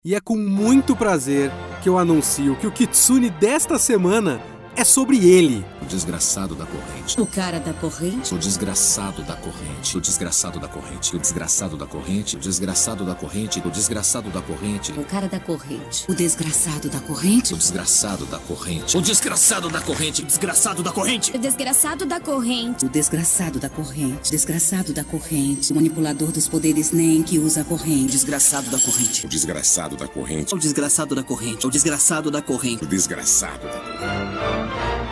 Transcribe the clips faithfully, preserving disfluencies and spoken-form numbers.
E é com muito prazer que eu anuncio que o Kitsune desta semana é sobre ele. O desgraçado da corrente. O cara da corrente. O desgraçado da corrente. O desgraçado da corrente. O desgraçado da corrente. O desgraçado da corrente. O desgraçado da corrente. O cara da corrente. O desgraçado da corrente. O desgraçado da corrente. O desgraçado da corrente. O desgraçado da corrente. O desgraçado da corrente. O desgraçado da corrente. Desgraçado da corrente. O manipulador dos poderes nem que usa a corrente. Desgraçado da corrente. O desgraçado da corrente. O desgraçado da corrente. O desgraçado da corrente. O desgraçado da corrente.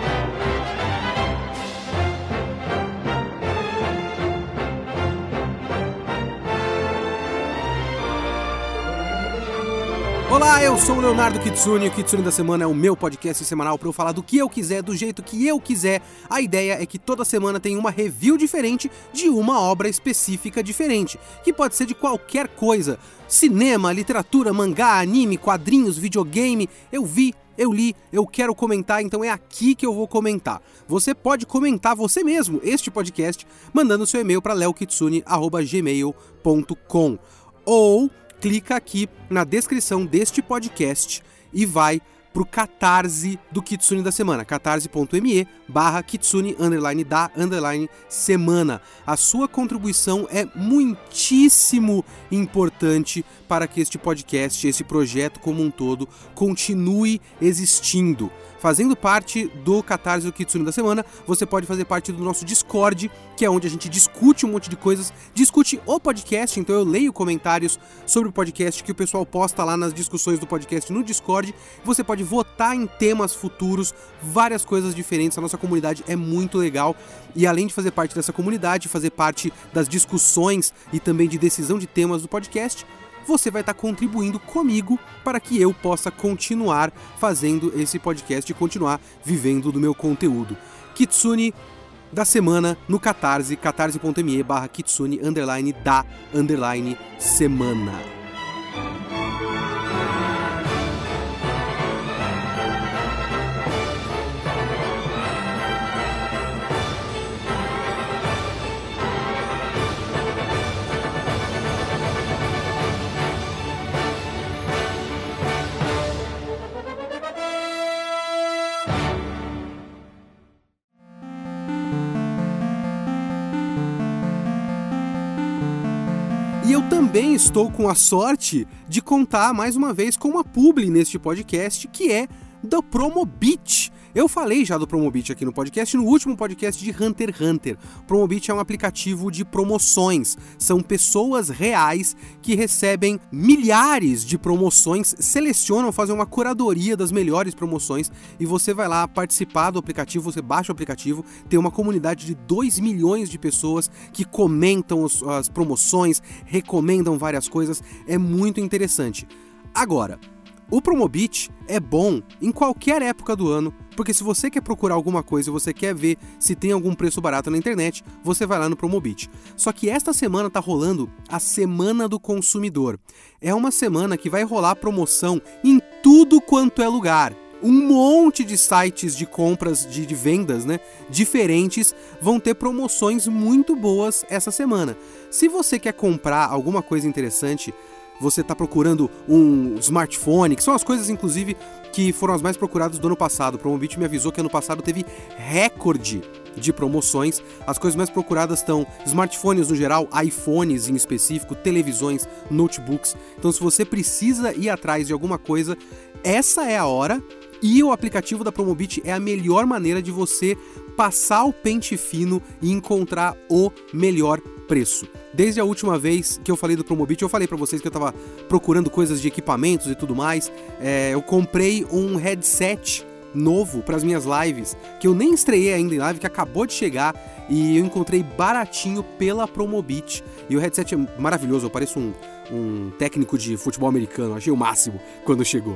Olá, eu sou o Leonardo Kitsune e o Kitsune da Semana é o meu podcast semanal para eu falar do que eu quiser, do jeito que eu quiser. A ideia é que toda semana tem uma review diferente de uma obra específica diferente, que pode ser de qualquer coisa. Cinema, literatura, mangá, anime, quadrinhos, videogame, eu vi, eu li, eu quero comentar, então é aqui que eu vou comentar. Você pode comentar você mesmo este podcast mandando seu e-mail para leokitsune arroba gmail ponto com ou clica aqui na descrição deste podcast e vai pro Catarse do Kitsune da Semana, catarse.me barra Kitsune underline da underline semana. A sua contribuição é muitíssimo importante para que este podcast, esse projeto como um todo, continue existindo. Fazendo parte do Catarse do Kitsune da Semana, você pode fazer parte do nosso Discord, que é onde a gente discute um monte de coisas, discute o podcast, então eu leio comentários sobre o podcast que o pessoal posta lá nas discussões do podcast no Discord. Você pode votar em temas futuros, várias coisas diferentes, a nossa comunidade é muito legal. E além de fazer parte dessa comunidade, fazer parte das discussões e também de decisão de temas do podcast, você vai estar contribuindo comigo para que eu possa continuar fazendo esse podcast e continuar vivendo do meu conteúdo. Kitsune da Semana no Catarse, catarse.me barra Kitsune underline da underline semana. E eu também estou com a sorte de contar mais uma vez com uma publi neste podcast, que é da Promobit. Eu falei já do Promobit aqui no podcast, no último podcast de Hunter x Hunter. Promobit é um aplicativo de promoções. São pessoas reais que recebem milhares de promoções, selecionam, fazem uma curadoria das melhores promoções e você vai lá participar do aplicativo, você baixa o aplicativo, tem uma comunidade de dois milhões de pessoas que comentam os, as promoções, recomendam várias coisas, é muito interessante. Agora, o Promobit é bom em qualquer época do ano, porque se você quer procurar alguma coisa e você quer ver se tem algum preço barato na internet, você vai lá no Promobit. Só que esta semana tá rolando a Semana do Consumidor. É uma semana que vai rolar promoção em tudo quanto é lugar. Um monte de sites de compras, de, de vendas, né, diferentes vão ter promoções muito boas essa semana. Se você quer comprar alguma coisa interessante, você está procurando um smartphone, que são as coisas, inclusive, que foram as mais procuradas do ano passado. O Promobit me avisou que ano passado teve recorde de promoções. As coisas mais procuradas estão smartphones no geral, iPhones em específico, televisões, notebooks. Então, se você precisa ir atrás de alguma coisa, essa é a hora. E o aplicativo da Promobit é a melhor maneira de você passar o pente fino e encontrar o melhor preço. Desde a última vez que eu falei do Promobit, eu falei pra vocês que eu tava procurando coisas de equipamentos e tudo mais. É, eu comprei um headset novo para as minhas lives, que eu nem estreiei ainda em live, que acabou de chegar, e eu encontrei baratinho pela Promobit. E o headset é maravilhoso, eu pareço um, um técnico de futebol americano, achei o máximo quando chegou.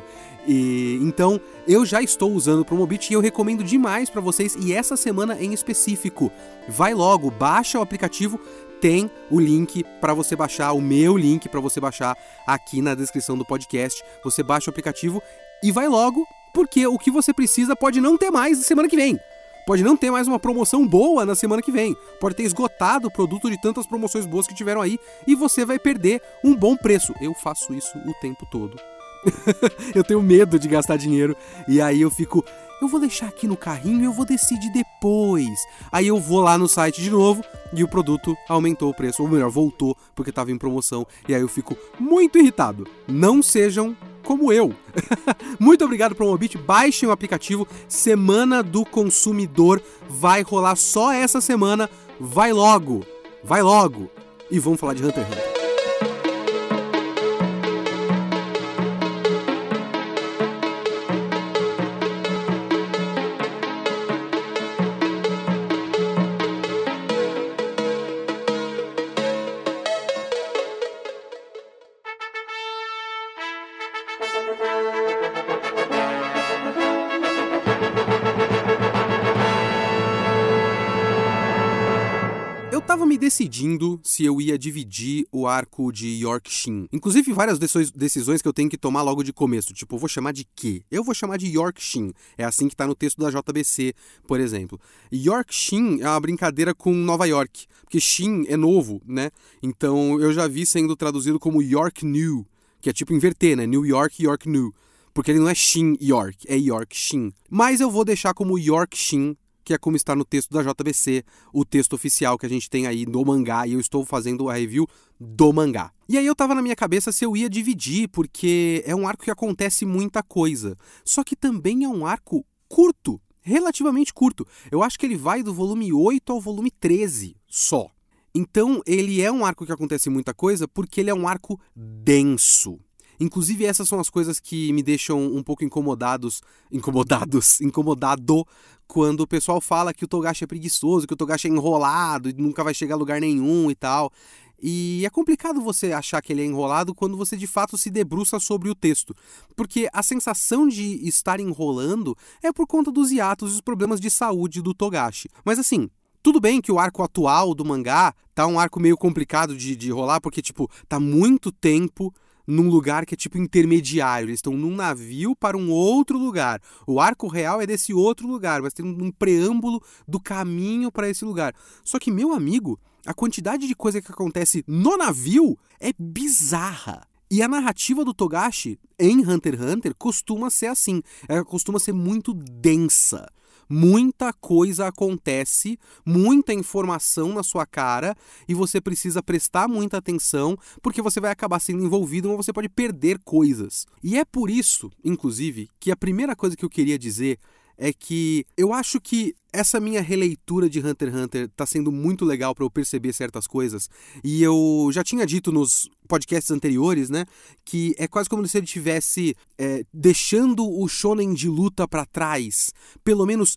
E então eu já estou usando o Promobit e eu recomendo demais para vocês, e essa semana em específico. Vai logo, baixa o aplicativo, tem o link para você baixar, o meu link para você baixar aqui na descrição do podcast. Você baixa o aplicativo e vai logo, porque o que você precisa pode não ter mais na semana que vem. Pode não ter mais uma promoção boa na semana que vem. Pode ter esgotado o produto de tantas promoções boas que tiveram aí e você vai perder um bom preço. Eu faço isso o tempo todo. Eu tenho medo de gastar dinheiro. E aí eu fico, eu vou deixar aqui no carrinho e eu vou decidir depois. Aí eu vou lá no site de novo e o produto aumentou o preço. Ou melhor, voltou porque estava em promoção. E aí eu fico muito irritado. Não sejam como eu. Muito obrigado, Promobit. Baixem o aplicativo. Semana do Consumidor vai rolar só essa semana. Vai logo. Vai logo. E vamos falar de Hunter x Hunter. Eu tava me decidindo se eu ia dividir o arco de Yorkshin. Inclusive, várias decisões que eu tenho que tomar logo de começo. Tipo, eu vou chamar de quê? Eu vou chamar de Yorkshin. É assim que tá no texto da J B C, por exemplo. Yorkshin é uma brincadeira com Nova York. Porque Shin é novo, né? Então, eu já vi sendo traduzido como York New. Que é tipo inverter, né? New York, York New. Porque ele não é Shin York, é Yorkshin. Mas eu vou deixar como Yorkshin, que é como está no texto da J B C, o texto oficial que a gente tem aí do mangá, e eu estou fazendo a review do mangá. E aí eu tava na minha cabeça se eu ia dividir, porque é um arco que acontece muita coisa. Só que também é um arco curto, relativamente curto. Eu acho que ele vai do volume oito ao volume treze, só. Então ele é um arco que acontece muita coisa, porque ele é um arco denso. Inclusive, essas são as coisas que me deixam um pouco incomodados, incomodados, incomodado, quando o pessoal fala que o Togashi é preguiçoso, que o Togashi é enrolado e nunca vai chegar a lugar nenhum e tal. E é complicado você achar que ele é enrolado quando você de fato se debruça sobre o texto. Porque a sensação de estar enrolando é por conta dos hiatos e os problemas de saúde do Togashi. Mas assim, tudo bem que o arco atual do mangá tá um arco meio complicado de, de rolar, porque tipo, tá muito tempo num lugar que é tipo intermediário. Eles estão num navio para um outro lugar. O arco real é desse outro lugar, mas tem um preâmbulo do caminho para esse lugar. Só que, meu amigo, a quantidade de coisa que acontece no navio é bizarra. E a narrativa do Togashi em Hunter x Hunter costuma ser assim. Ela costuma ser muito densa. Muita coisa acontece, muita informação na sua cara e você precisa prestar muita atenção porque você vai acabar sendo envolvido ou você pode perder coisas. E é por isso, inclusive, que a primeira coisa que eu queria dizer é que eu acho que essa minha releitura de Hunter x Hunter tá sendo muito legal para eu perceber certas coisas. E eu já tinha dito nos podcasts anteriores, né, que é quase como se ele estivesse é, deixando o shonen de luta para trás. Pelo menos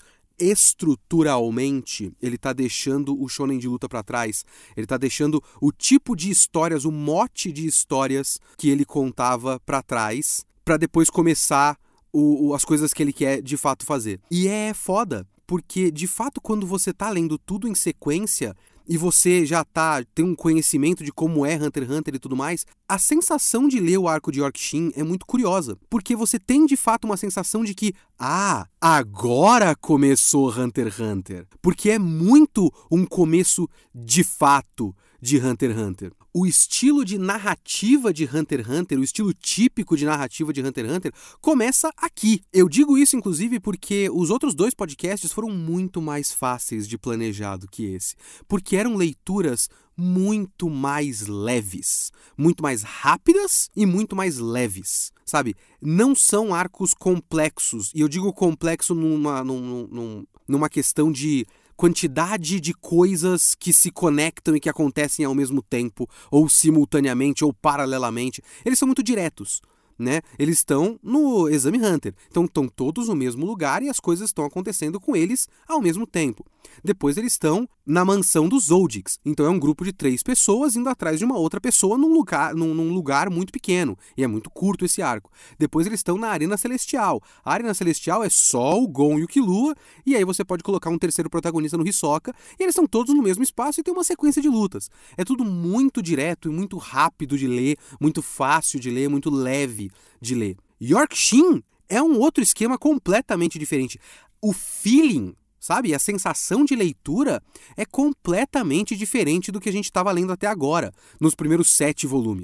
estruturalmente, ele tá deixando o shonen de luta para trás. Ele tá deixando o tipo de histórias, o mote de histórias que ele contava para trás, para depois começar O, o, as coisas que ele quer de fato fazer. E é foda, porque de fato quando você tá lendo tudo em sequência e você já tá, tem um conhecimento de como é Hunter x Hunter e tudo mais, a sensação de ler o arco de Yorkshin é muito curiosa, porque você tem de fato uma sensação de que, ah, agora começou Hunter x Hunter, porque é muito um começo de fato de Hunter x Hunter. O estilo de narrativa de Hunter x Hunter, o estilo típico de narrativa de Hunter x Hunter, começa aqui. Eu digo isso, inclusive, porque os outros dois podcasts foram muito mais fáceis de planejar do que esse. Porque eram leituras muito mais leves, muito mais rápidas e muito mais leves, sabe? Não são arcos complexos, e eu digo complexo numa, num, num, numa questão de quantidade de coisas que se conectam e que acontecem ao mesmo tempo, ou simultaneamente, ou paralelamente. Eles são muito diretos, né? Eles estão no Exame Hunter. Então estão todos no mesmo lugar e as coisas estão acontecendo com eles ao mesmo tempo. Depois eles estão na mansão dos Zoldix. Então é um grupo de três pessoas indo atrás de uma outra pessoa num lugar, num, num lugar muito pequeno. E é muito curto esse arco. Depois eles estão na Arena Celestial. A Arena Celestial é só o Gon e o Killua. E aí você pode colocar um terceiro protagonista no Hisoka. E eles estão todos no mesmo espaço e tem uma sequência de lutas. É tudo muito direto e muito rápido de ler. Muito fácil de ler, muito leve de ler. Yorkshin é um outro esquema completamente diferente. O feeling, sabe, a sensação de leitura é completamente diferente do que a gente estava lendo até agora, nos primeiros sete volumes.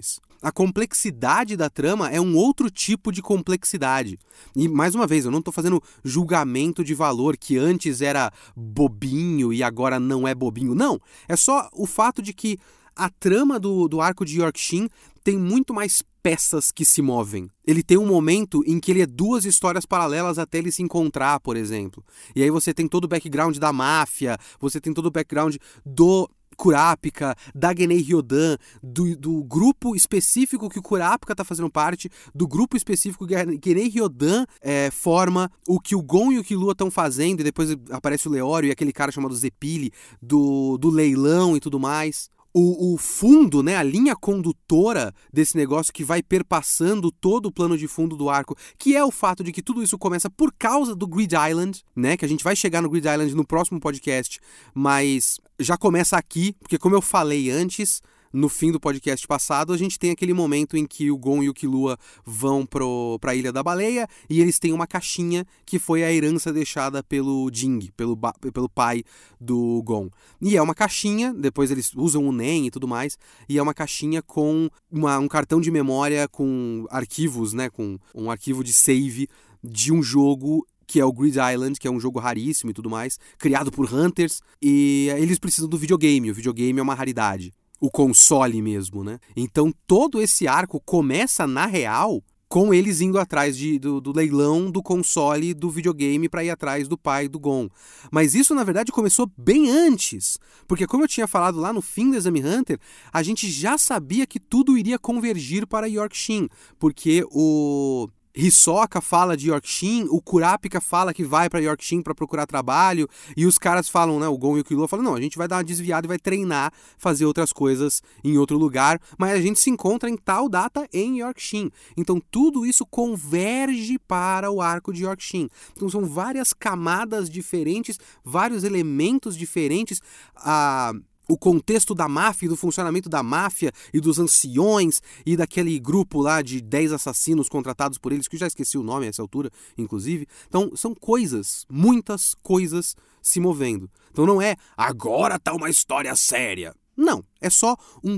a complexidade da trama é um outro tipo de complexidade. E, mais uma vez, eu não tô fazendo julgamento de valor que antes era bobinho e agora não é bobinho. Não, é só o fato de que a trama do, do arco de York-Shin tem muito mais peças que se movem. Ele tem um momento em que ele é duas histórias paralelas até ele se encontrar, por exemplo. E aí você tem todo o background da máfia, você tem todo o background do Kurapika, da Genei Ryodan, do, do grupo específico que o Kurapika tá fazendo parte, do grupo específico que a Genei Ryodan é, forma, o que o Gon e o Killua estão fazendo, e depois aparece o Leório e aquele cara chamado Zepili, do, do leilão e tudo mais. O, o fundo, né, a linha condutora desse negócio que vai perpassando todo o plano de fundo do arco, que é o fato de que tudo isso começa por causa do Grid Island, né, que a gente vai chegar no Grid Island no próximo podcast, mas já começa aqui, porque como eu falei antes, no fim do podcast passado, a gente tem aquele momento em que o Gon e o Killua vão pro, pra Ilha da Baleia e eles têm uma caixinha que foi a herança deixada pelo Jing, pelo, pelo pai do Gon. E é uma caixinha, depois eles usam o Nen e tudo mais, e é uma caixinha com uma, um cartão de memória com arquivos, né, com um arquivo de save de um jogo que é o Grid Island, que é um jogo raríssimo e tudo mais, criado por Hunters, e eles precisam do videogame, o videogame é uma raridade. O console mesmo, né? Então todo esse arco começa, na real, com eles indo atrás de, do, do leilão do console do videogame para ir atrás do pai do Gon. Mas isso, na verdade, começou bem antes. Porque, como eu tinha falado lá no fim do Exame Hunter, a gente já sabia que tudo iria convergir para York-Shin. Porque o Hisoka fala de York-Shin, o Kurapika fala que vai pra York-Shin pra procurar trabalho, e os caras falam, né, o Gon e o Killua falam, não, a gente vai dar uma desviada e vai treinar, fazer outras coisas em outro lugar, mas a gente se encontra em tal data em York-Shin. Então tudo isso converge para o arco de York-Shin. Então são várias camadas diferentes, vários elementos diferentes, a... o contexto da máfia e do funcionamento da máfia e dos anciões e daquele grupo lá de dez assassinos contratados por eles, que eu já esqueci o nome a essa altura, inclusive. Então, são coisas, muitas coisas se movendo. Então não é, agora tá uma história séria. Não, é só um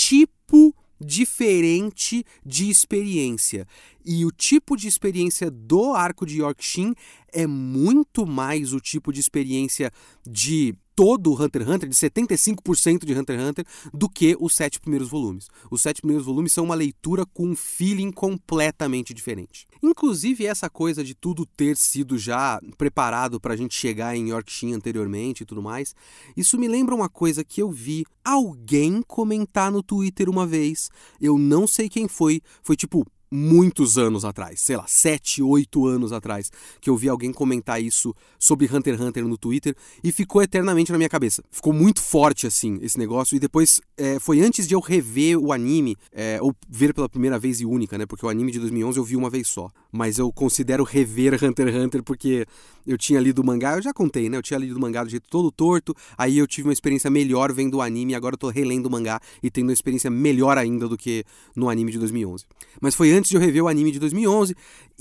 tipo diferente de experiência. E o tipo de experiência do arco de York-Shin é muito mais o tipo de experiência de todo o Hunter x Hunter, de setenta e cinco por cento de Hunter x Hunter, do que os sete primeiros volumes. Os sete primeiros volumes são uma leitura com um feeling completamente diferente. Inclusive, essa coisa de tudo ter sido já preparado pra gente chegar em York-Shin anteriormente e tudo mais, isso me lembra uma coisa que eu vi alguém comentar no Twitter uma vez. Eu não sei quem foi, foi tipo muitos anos atrás, sei lá, sete, oito anos atrás, que eu vi alguém comentar isso sobre Hunter x Hunter no Twitter e ficou eternamente na minha cabeça. Ficou muito forte, assim, esse negócio, e depois é, foi antes de eu rever o anime, é, ou ver pela primeira vez e única, né, porque o anime de dois mil e onze eu vi uma vez só, mas eu considero rever Hunter x Hunter porque eu tinha lido o mangá, eu já contei, né, eu tinha lido o mangá do jeito todo torto, aí eu tive uma experiência melhor vendo o anime, e agora eu tô relendo o mangá e tendo uma experiência melhor ainda do que no anime de dois mil e onze. Mas foi antes de eu rever o anime de dois mil e onze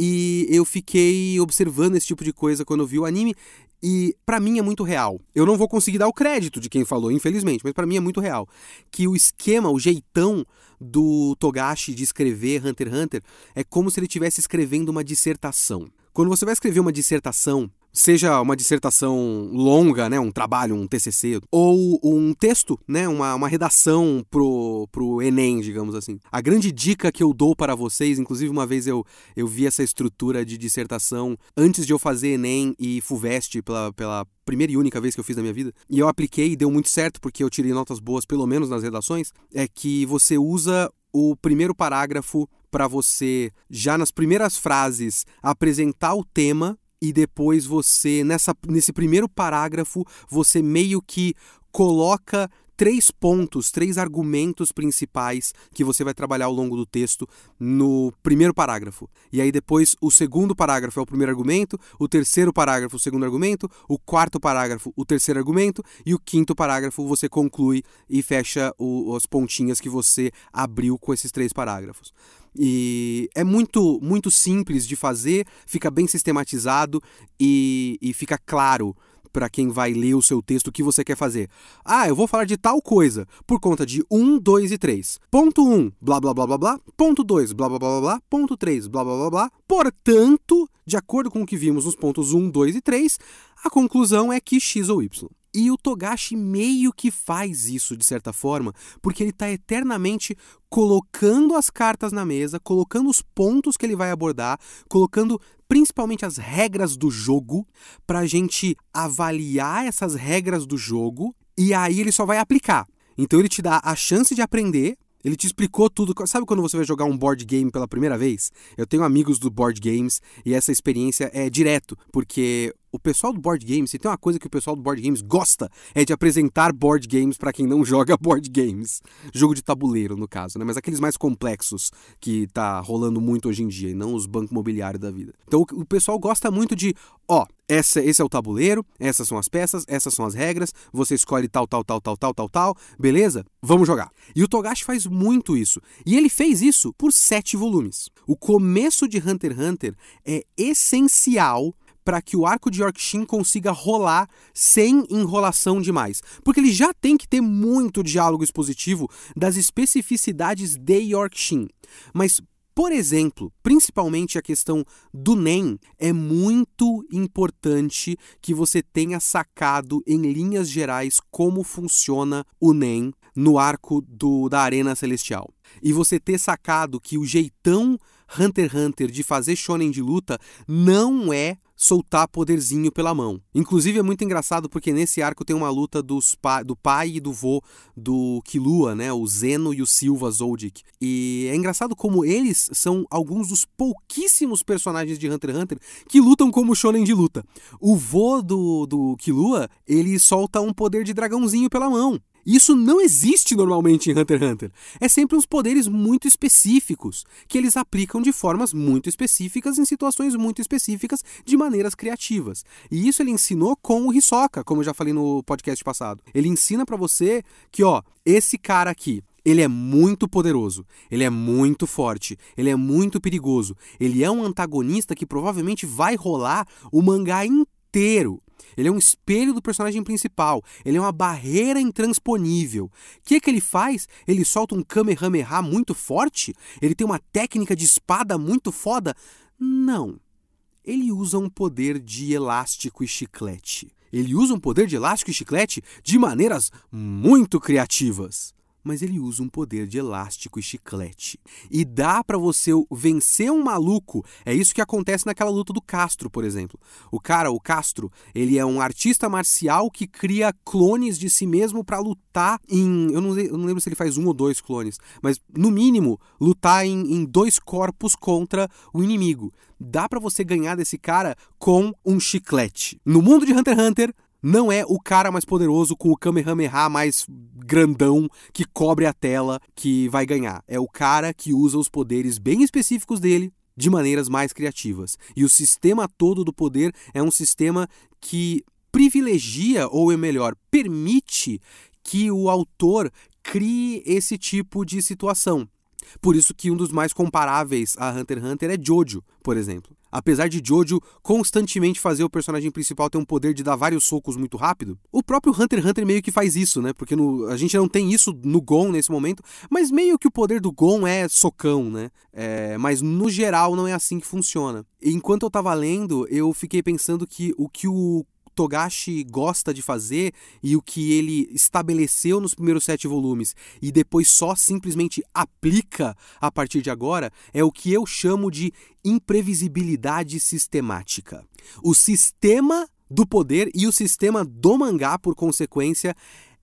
e eu fiquei observando esse tipo de coisa quando eu vi o anime e pra mim é muito real. Eu não vou conseguir dar o crédito de quem falou, infelizmente, mas pra mim é muito real. Que o esquema, o jeitão do Togashi de escrever Hunter x Hunter é como se ele estivesse escrevendo uma dissertação. Quando você vai escrever uma dissertação, seja uma dissertação longa, né, um trabalho, um T C C, ou um texto, né, uma, uma redação pro, pro Enem, digamos assim. A grande dica que eu dou para vocês, inclusive uma vez eu, eu vi essa estrutura de dissertação antes de eu fazer Enem e FUVEST pela, pela primeira e única vez que eu fiz na minha vida, e eu apliquei e deu muito certo porque eu tirei notas boas, pelo menos nas redações, é que você usa o primeiro parágrafo para você, já nas primeiras frases, apresentar o tema. E depois você, nessa, nesse primeiro parágrafo, você meio que coloca três pontos, três argumentos principais que você vai trabalhar ao longo do texto no primeiro parágrafo. E aí depois o segundo parágrafo é o primeiro argumento, o terceiro parágrafo o segundo argumento, o quarto parágrafo o terceiro argumento e o quinto parágrafo você conclui e fecha o, as pontinhas que você abriu com esses três parágrafos. E é muito, muito simples de fazer, fica bem sistematizado e, e fica claro para quem vai ler o seu texto o que você quer fazer. Ah, eu vou falar de tal coisa por conta de um, dois e três. Ponto um, blá blá blá blá blá. Ponto dois, blá blá blá blá blá. Ponto três, blá blá blá blá. Portanto, de acordo com o que vimos nos pontos um, dois e três, a conclusão é que X ou Y. E o Togashi meio que faz isso, de certa forma, porque ele está eternamente colocando as cartas na mesa, colocando os pontos que ele vai abordar, colocando principalmente as regras do jogo, para a gente avaliar essas regras do jogo, e aí ele só vai aplicar. Então ele te dá a chance de aprender. Ele te explicou tudo. Sabe quando você vai jogar um board game pela primeira vez? Eu tenho amigos do board games e essa experiência é direto, porque o pessoal do board games, se tem uma coisa que o pessoal do board games gosta, é de apresentar board games para quem não joga board games. Jogo de tabuleiro, no caso, né? Mas aqueles mais complexos que tá rolando muito hoje em dia, e não os bancos imobiliários da vida. Então o pessoal gosta muito de, ó, essa, esse é o tabuleiro, essas são as peças, essas são as regras, você escolhe tal, tal, tal, tal, tal, tal, tal, beleza? Vamos jogar. E o Togashi faz muito isso. E ele fez isso por sete volumes. O começo de Hunter x Hunter é essencial para que o arco de Yorkshin consiga rolar sem enrolação demais. Porque ele já tem que ter muito diálogo expositivo das especificidades de Yorkshin. Mas, por exemplo, principalmente a questão do Nen, é muito importante que você tenha sacado em linhas gerais como funciona o Nen no arco do, da Arena Celestial. E você ter sacado que o jeitão Hunter x Hunter de fazer shonen de luta não é soltar poderzinho pela mão. Inclusive é muito engraçado porque nesse arco tem uma luta dos pa- do pai e do vô do Killua, né? O Zeno e o Silva Zoldyck. E é engraçado como eles são alguns dos pouquíssimos personagens de Hunter x Hunter que lutam como shonen de luta. O vô do, do Killua, ele solta um poder de dragãozinho pela mão. Isso não existe normalmente em Hunter x Hunter. É sempre uns poderes muito específicos, que eles aplicam de formas muito específicas, em situações muito específicas, de maneiras criativas. E isso ele ensinou com o Hisoka, como eu já falei no podcast passado. Ele ensina pra você que, ó, esse cara aqui, ele é muito poderoso, ele é muito forte, ele é muito perigoso. Ele é um antagonista que provavelmente vai rolar o mangá inteiro. Ele é um espelho do personagem principal. Ele é uma barreira intransponível. O que que ele faz? Ele solta um Kamehameha muito forte? Ele tem uma técnica de espada muito foda? Não. Ele usa um poder de elástico e chiclete. Ele usa um poder de elástico e chiclete de maneiras muito criativas. Mas ele usa um poder de elástico e chiclete. E dá pra você vencer um maluco. É isso que acontece naquela luta do Castro, por exemplo. O cara, o Castro, ele é um artista marcial que cria clones de si mesmo pra lutar em... Eu não, eu não lembro se ele faz um ou dois clones. Mas, no mínimo, lutar em, em dois corpos contra o inimigo. Dá pra você ganhar desse cara com um chiclete. No mundo de Hunter x Hunter, não é o cara mais poderoso com o Kamehameha mais grandão que cobre a tela que vai ganhar. É o cara que usa os poderes bem específicos dele de maneiras mais criativas. E o sistema todo do poder é um sistema que privilegia, ou é melhor, permite que o autor crie esse tipo de situação. Por isso que um dos mais comparáveis a Hunter x Hunter é Jojo, por exemplo. Apesar de Jojo constantemente fazer o personagem principal ter um poder de dar vários socos muito rápido, o próprio Hunter x Hunter meio que faz isso, né? Porque no, a gente não tem isso no Gon nesse momento, mas meio que o poder do Gon é socão, né? É, mas no geral não é assim que funciona. E enquanto eu tava lendo, eu fiquei pensando que o que o Togashi gosta de fazer e o que ele estabeleceu nos primeiros sete volumes e depois só simplesmente aplica a partir de agora é o que eu chamo de imprevisibilidade sistemática. O sistema do poder e o sistema do mangá, por consequência,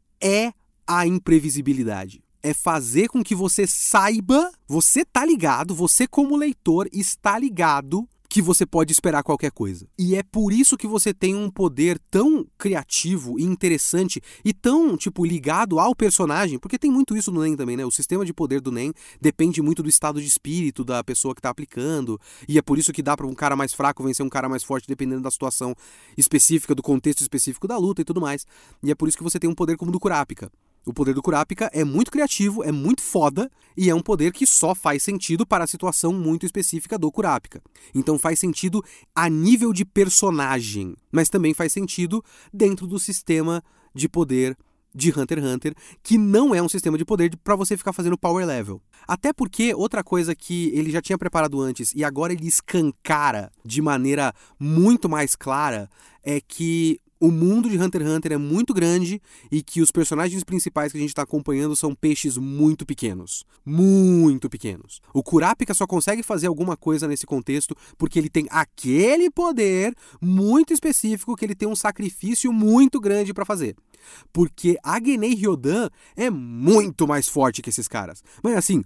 é a imprevisibilidade. É fazer com que você saiba, você tá ligado, você como leitor está ligado que você pode esperar qualquer coisa. E é por isso que você tem um poder tão criativo e interessante e tão, tipo, ligado ao personagem, porque tem muito isso no Nen também, né? O sistema de poder do Nen depende muito do estado de espírito da pessoa que tá aplicando, e é por isso que dá para um cara mais fraco vencer um cara mais forte dependendo da situação específica, do contexto específico da luta e tudo mais. E é por isso que você tem um poder como o do Kurapika. O poder do Kurapika é muito criativo, é muito foda, e é um poder que só faz sentido para a situação muito específica do Kurapika. Então faz sentido a nível de personagem, mas também faz sentido dentro do sistema de poder de Hunter x Hunter, que não é um sistema de poder para você ficar fazendo power level. Até porque outra coisa que ele já tinha preparado antes e agora ele escancara de maneira muito mais clara é que o mundo de Hunter x Hunter é muito grande e que os personagens principais que a gente está acompanhando são peixes muito pequenos. Muito pequenos. O Kurapika só consegue fazer alguma coisa nesse contexto porque ele tem aquele poder muito específico que ele tem um sacrifício muito grande para fazer. Porque a Genei Ryodan é muito mais forte que esses caras. Mas assim,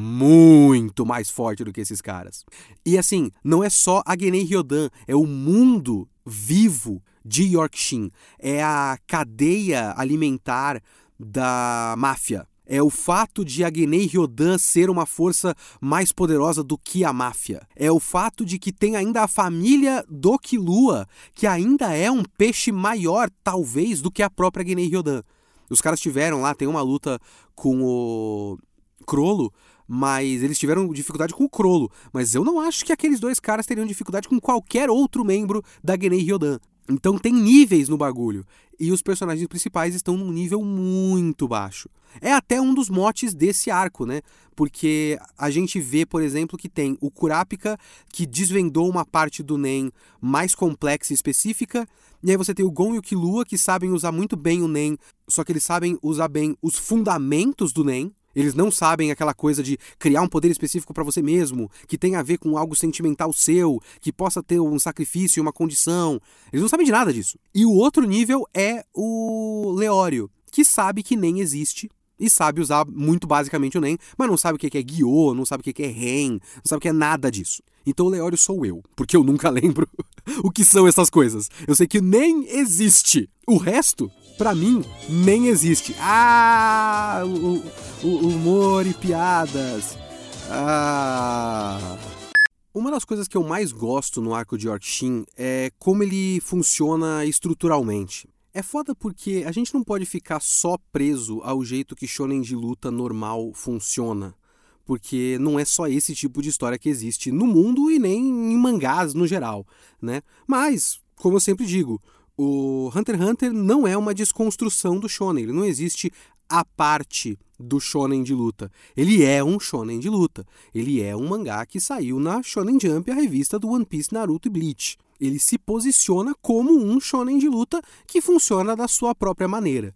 muito mais forte do que esses caras. E assim, não é só a Genei Ryodan, é o mundo vivo de Yorkshin. É a cadeia alimentar da máfia. É o fato de a Genei Ryodan ser uma força mais poderosa do que a máfia. É o fato de que tem ainda a família do Killua, que ainda é um peixe maior, talvez, do que a própria Genei Ryodan. Os caras tiveram lá, tem uma luta com o Crollo, mas eles tiveram dificuldade com o Crollo. Mas eu não acho que aqueles dois caras teriam dificuldade com qualquer outro membro da Genei Ryodan. Então tem níveis no bagulho. E os personagens principais estão num nível muito baixo. É até um dos motes desse arco, né? Porque a gente vê, por exemplo, que tem o Kurapika, que desvendou uma parte do Nen mais complexa e específica. E aí você tem o Gon e o Killua, que sabem usar muito bem o Nen, só que eles sabem usar bem os fundamentos do Nen. Eles não sabem aquela coisa de criar um poder específico para você mesmo, que tem a ver com algo sentimental seu, que possa ter um sacrifício, uma condição. Eles não sabem de nada disso. E o outro nível é o Leório, que sabe que Nen existe e sabe usar muito basicamente o Nen, mas não sabe o que é Gyô, não sabe o que é Ren, não sabe o que é nada disso. Então o Leório sou eu, porque eu nunca lembro o que são essas coisas. Eu sei que nem existe. O resto, pra mim, nem existe. Ah, o, o, humor e piadas. Ah... Uma das coisas que eu mais gosto no arco de Yorkshin é como ele funciona estruturalmente. É foda porque a gente não pode ficar só preso ao jeito que shonen de luta normal funciona. Porque não é só esse tipo de história que existe no mundo e nem em mangás no geral, né? Mas, como eu sempre digo, o Hunter x Hunter não é uma desconstrução do shonen. Ele não existe a parte do shonen de luta. Ele é um shonen de luta. Ele é um mangá que saiu na Shonen Jump, a revista do One Piece, Naruto e Bleach. Ele se posiciona como um shonen de luta que funciona da sua própria maneira.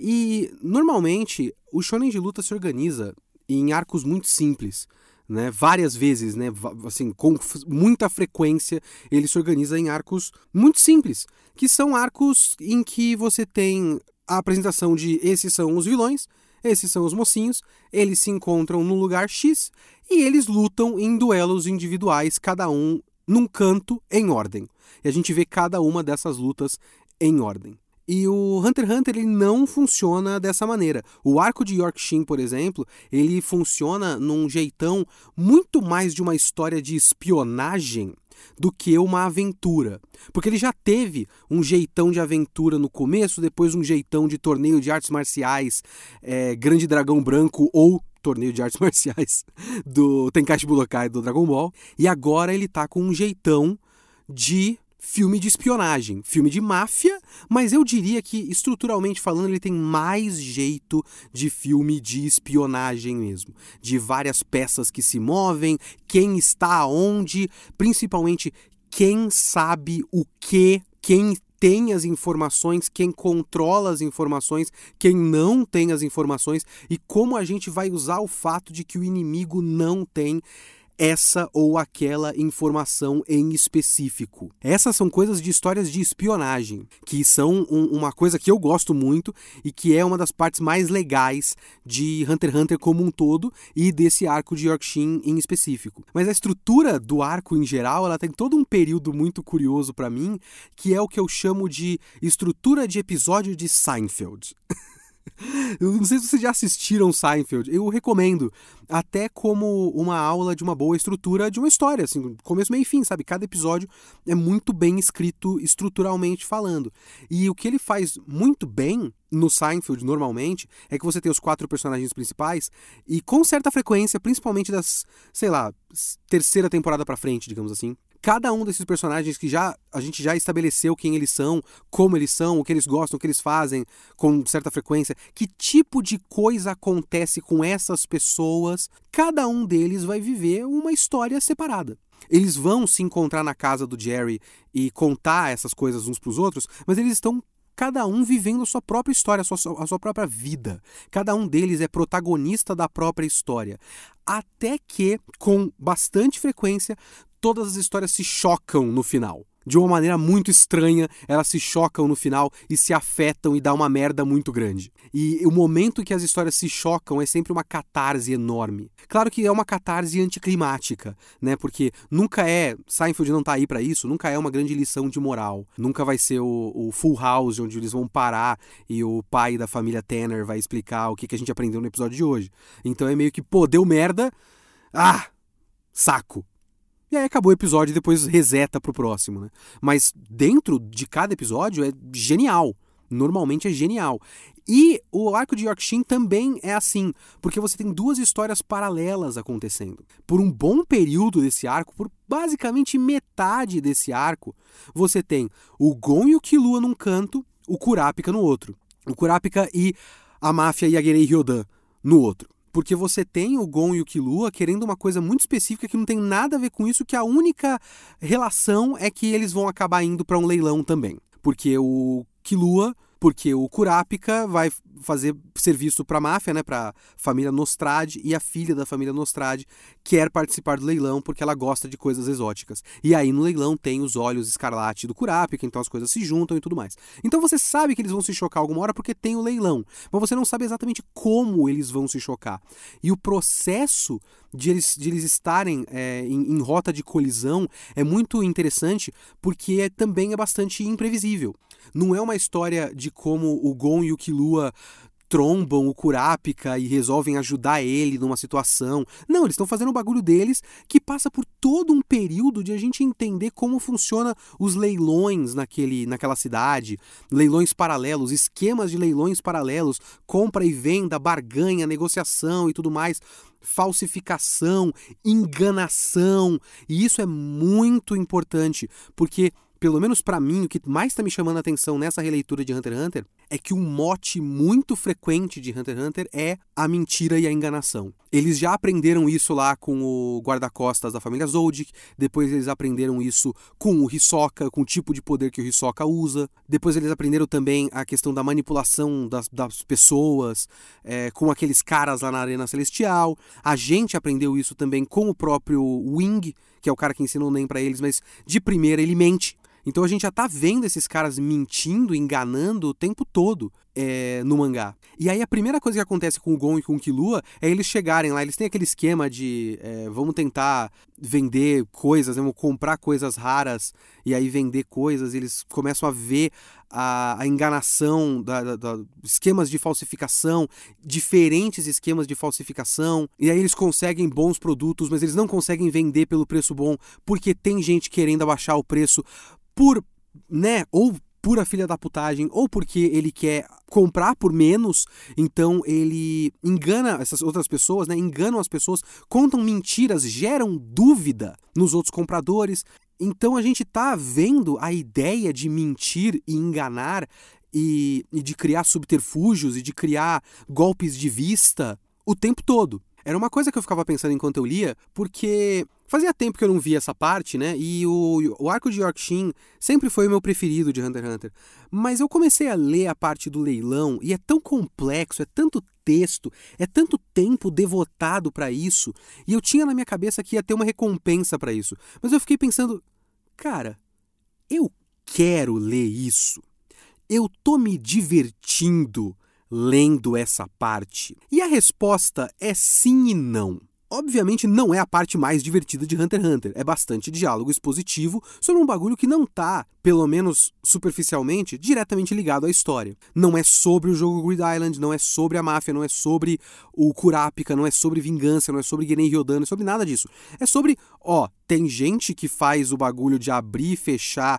E, normalmente, o shonen de luta se organiza em arcos muito simples, né? Várias vezes, né? Assim, com muita frequência, ele se organiza em arcos muito simples, que são arcos em que você tem a apresentação de esses são os vilões, esses são os mocinhos, eles se encontram num lugar X e eles lutam em duelos individuais, cada um num canto em ordem. E a gente vê cada uma dessas lutas em ordem. E o Hunter x Hunter ele não funciona dessa maneira. O arco de Yorkshin, por exemplo, ele funciona num jeitão muito mais de uma história de espionagem do que uma aventura. Porque ele já teve um jeitão de aventura no começo, depois um jeitão de torneio de artes marciais, é, Grande Dragão Branco ou torneio de artes marciais do Tenkaichi Budokai do Dragon Ball. E agora ele tá com um jeitão de filme de espionagem, filme de máfia, mas eu diria que, estruturalmente falando, ele tem mais jeito de filme de espionagem mesmo. De várias peças que se movem, quem está aonde, principalmente quem sabe o que, quem tem as informações, quem controla as informações, quem não tem as informações e como a gente vai usar o fato de que o inimigo não tem essa ou aquela informação em específico. Essas são coisas de histórias de espionagem, que são um, uma coisa que eu gosto muito e que é uma das partes mais legais de Hunter x Hunter como um todo e desse arco de Yorkshin em específico. Mas a estrutura do arco em geral, ela tem todo um período muito curioso pra mim, que é o que eu chamo de estrutura de episódio de Seinfeld. Eu não sei se vocês já assistiram Seinfeld, eu recomendo, até como uma aula de uma boa estrutura de uma história, assim, começo, meio e fim, sabe? Cada episódio é muito bem escrito estruturalmente falando. E o que ele faz muito bem no Seinfeld, normalmente, é que você tem os quatro personagens principais e com certa frequência, principalmente das, sei lá, terceira temporada pra frente, digamos assim, cada um desses personagens que já a gente já estabeleceu quem eles são, como eles são, o que eles gostam, o que eles fazem com certa frequência, que tipo de coisa acontece com essas pessoas, cada um deles vai viver uma história separada. Eles vão se encontrar na casa do Jerry e contar essas coisas uns pros outros, mas eles estão cada um vivendo a sua própria história, a sua, a sua própria vida. Cada um deles é protagonista da própria história. Até que, com bastante frequência, todas as histórias se chocam no final. De uma maneira muito estranha, elas se chocam no final e se afetam e dá uma merda muito grande. E o momento que as histórias se chocam é sempre uma catarse enorme. Claro que é uma catarse anticlimática, né? Porque nunca é... Seinfeld não tá aí pra isso, nunca é uma grande lição de moral. Nunca vai ser o, o Full House, onde eles vão parar e o pai da família Tanner vai explicar o que, que a gente aprendeu no episódio de hoje. Então é meio que, pô, deu merda... Ah! Saco! E aí acabou o episódio e depois reseta pro próximo, né? Mas dentro de cada episódio é genial. Normalmente é genial. E o arco de Yorkshire também é assim, porque você tem duas histórias paralelas acontecendo. Por um bom período desse arco, por basicamente metade desse arco, você tem o Gon e o Killua num canto, o Kurapika no outro. O Kurapika e a máfia Jagerei Ryodan no outro. Porque você tem o Gon e o Killua querendo uma coisa muito específica que não tem nada a ver com isso, que a única relação é que eles vão acabar indo para um leilão também. Porque o Killua, porque o Kurapika vai fazer serviço para a máfia, né, para família Nostrad, e a filha da família Nostrad quer participar do leilão porque ela gosta de coisas exóticas. E aí no leilão tem os olhos escarlate do Kurapika, então as coisas se juntam e tudo mais. Então você sabe que eles vão se chocar alguma hora porque tem o leilão, mas você não sabe exatamente como eles vão se chocar. E o processo de eles, de eles estarem é, em, em rota de colisão é muito interessante porque é, também é bastante imprevisível. Não é uma história de como o Gon e o Killua trombam o Kurapika e resolvem ajudar ele numa situação. Não, eles estão fazendo um bagulho deles que passa por todo um período de a gente entender como funciona os leilões naquele, naquela cidade, leilões paralelos, esquemas de leilões paralelos, compra e venda, barganha, negociação e tudo mais, falsificação, enganação. E isso é muito importante, porque pelo menos pra mim, o que mais tá me chamando a atenção nessa releitura de Hunter x Hunter é que um mote muito frequente de Hunter x Hunter é a mentira e a enganação. Eles já aprenderam isso lá com o guarda-costas da família Zoldyck, depois eles aprenderam isso com o Hisoka, com o tipo de poder que o Hisoka usa, depois eles aprenderam também a questão da manipulação das, das pessoas, é, com aqueles caras lá na Arena Celestial. A gente aprendeu isso também com o próprio Wing, que é o cara que ensinou o Nen pra eles, mas de primeira ele mente. Então a gente já tá vendo esses caras mentindo, enganando o tempo todo é, no mangá. E aí a primeira coisa que acontece com o Gon e com o Killua é eles chegarem lá, eles têm aquele esquema de é, vamos tentar vender coisas, vamos comprar coisas raras e aí vender coisas, eles começam a ver a, a enganação, da, da, da, esquemas de falsificação, diferentes esquemas de falsificação, e aí eles conseguem bons produtos, mas eles não conseguem vender pelo preço bom, porque tem gente querendo abaixar o preço por, né, ou pura filha da putagem, ou porque ele quer comprar por menos, então ele engana essas outras pessoas, né, enganam as pessoas, contam mentiras, geram dúvida nos outros compradores. Então a gente tá vendo a ideia de mentir e enganar e, e de criar subterfúgios e de criar golpes de vista o tempo todo. Era uma coisa que eu ficava pensando enquanto eu lia, porque fazia tempo que eu não via essa parte, né? E o, o arco de Yorkshire sempre foi o meu preferido de Hunter x Hunter. Mas eu comecei a ler a parte do leilão e é tão complexo, é tanto texto, é tanto tempo devotado pra isso. E eu tinha na minha cabeça que ia ter uma recompensa pra isso. Mas eu fiquei pensando, cara, eu quero ler isso. Eu tô me divertindo lendo essa parte. E a resposta é sim e não. Obviamente não é a parte mais divertida de Hunter x Hunter, é bastante diálogo expositivo sobre um bagulho que não tá, pelo menos superficialmente, diretamente ligado à história. Não é sobre o jogo Grid Island, não é sobre a máfia, não é sobre o Kurapika, não é sobre vingança, não é sobre Genei Ryodan, não é sobre nada disso. É sobre, ó, tem gente que faz o bagulho de abrir e fechar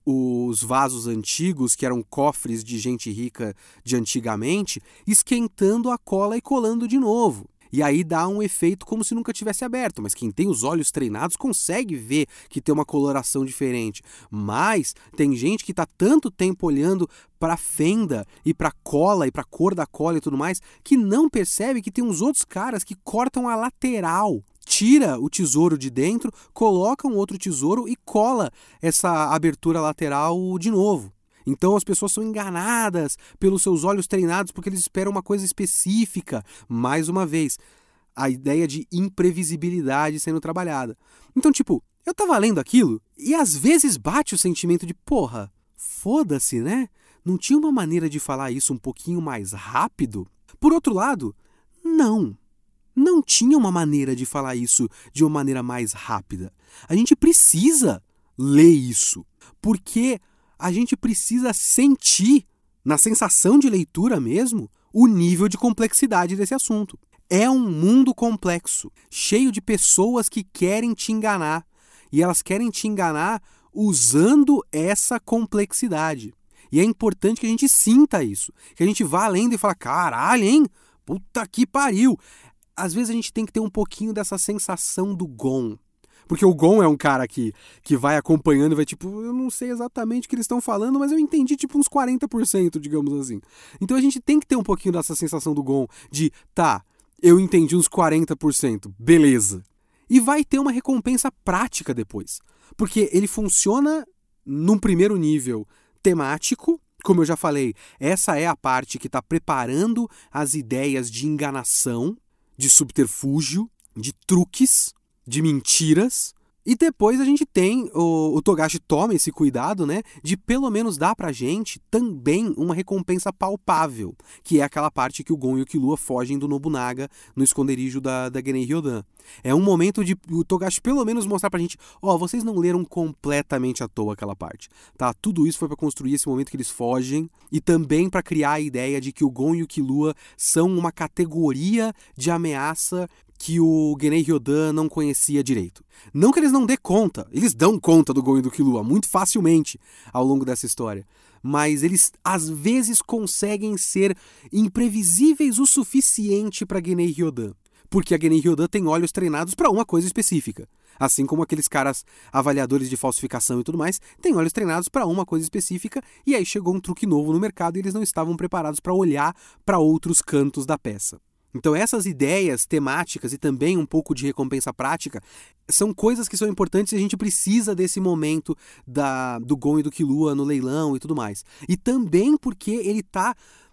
os vasos antigos, que eram cofres de gente rica de antigamente, esquentando a cola e colando de novo. E aí dá um efeito como se nunca tivesse aberto, mas quem tem os olhos treinados consegue ver que tem uma coloração diferente. Mas tem gente que está tanto tempo olhando para a fenda e para a cola e para a cor da cola e tudo mais, que não percebe que tem uns outros caras que cortam a lateral. Tira o tesouro de dentro, coloca um outro tesouro e cola essa abertura lateral de novo. Então as pessoas são enganadas pelos seus olhos treinados porque eles esperam uma coisa específica. Mais uma vez, a ideia de imprevisibilidade sendo trabalhada. Então, tipo, eu tava lendo aquilo e às vezes bate o sentimento de, porra, foda-se, né? Não tinha uma maneira de falar isso um pouquinho mais rápido? Por outro lado, não. Não tinha uma maneira de falar isso de uma maneira mais rápida. A gente precisa ler isso, porque a gente precisa sentir, na sensação de leitura mesmo, o nível de complexidade desse assunto. É um mundo complexo, cheio de pessoas que querem te enganar. E elas querem te enganar usando essa complexidade. E é importante que a gente sinta isso. Que a gente vá lendo e fala, caralho, hein? Puta que pariu! Às vezes a gente tem que ter um pouquinho dessa sensação do Gon. Porque o Gon é um cara que, que vai acompanhando e vai tipo, eu não sei exatamente o que eles estão falando, mas eu entendi tipo uns quarenta por cento, digamos assim. Então a gente tem que ter um pouquinho dessa sensação do Gon de, tá, eu entendi uns quarenta por cento, beleza. E vai ter uma recompensa prática depois. Porque ele funciona num primeiro nível temático. Como eu já falei, essa é a parte que está preparando as ideias de enganação, de subterfúgio, de truques, de mentiras. E depois a gente tem, o, o Togashi toma esse cuidado, né, de pelo menos dar pra gente também uma recompensa palpável, que é aquela parte que o Gon e o Killua fogem do Nobunaga no esconderijo da, da Genei Ryodan. É um momento de o Togashi pelo menos mostrar pra gente, ó, oh, vocês não leram completamente à toa aquela parte, tá? Tudo isso foi pra construir esse momento que eles fogem e também pra criar a ideia de que o Gon e o Killua são uma categoria de ameaça que o Genei Ryodan não conhecia direito. Não que eles não dê conta, eles dão conta do Gon e do Killua muito facilmente ao longo dessa história, mas eles às vezes conseguem ser imprevisíveis o suficiente para Genei Ryodan, porque a Genei Ryodan tem olhos treinados para uma coisa específica. Assim como aqueles caras avaliadores de falsificação e tudo mais, têm olhos treinados para uma coisa específica, e aí chegou um truque novo no mercado e eles não estavam preparados para olhar para outros cantos da peça. Então essas ideias temáticas e também um pouco de recompensa prática são coisas que são importantes e a gente precisa desse momento da, do Gon e do Killua no leilão e tudo mais. E também porque ele está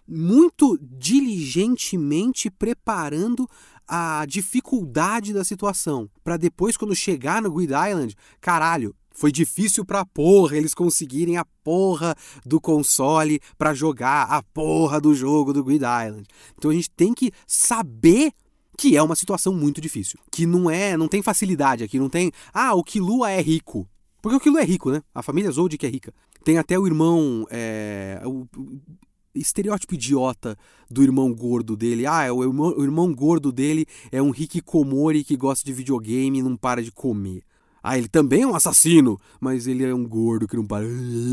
muito diligentemente preparando a dificuldade da situação, para depois quando chegar no Grid Island, caralho, foi difícil pra porra eles conseguirem a porra do console pra jogar a porra do jogo do Grid Island. Então a gente tem que saber que é uma situação muito difícil. Que não é, não tem facilidade aqui, não tem... Ah, o Killua é rico. Porque o Killua é rico, né? A família Zoldyck é rica. Tem até o irmão... É, o, o estereótipo idiota do irmão gordo dele. Ah, o irmão, o irmão gordo dele é um hikikomori que gosta de videogame e não para de comer. Ah, ele também é um assassino, mas ele é um gordo que não para...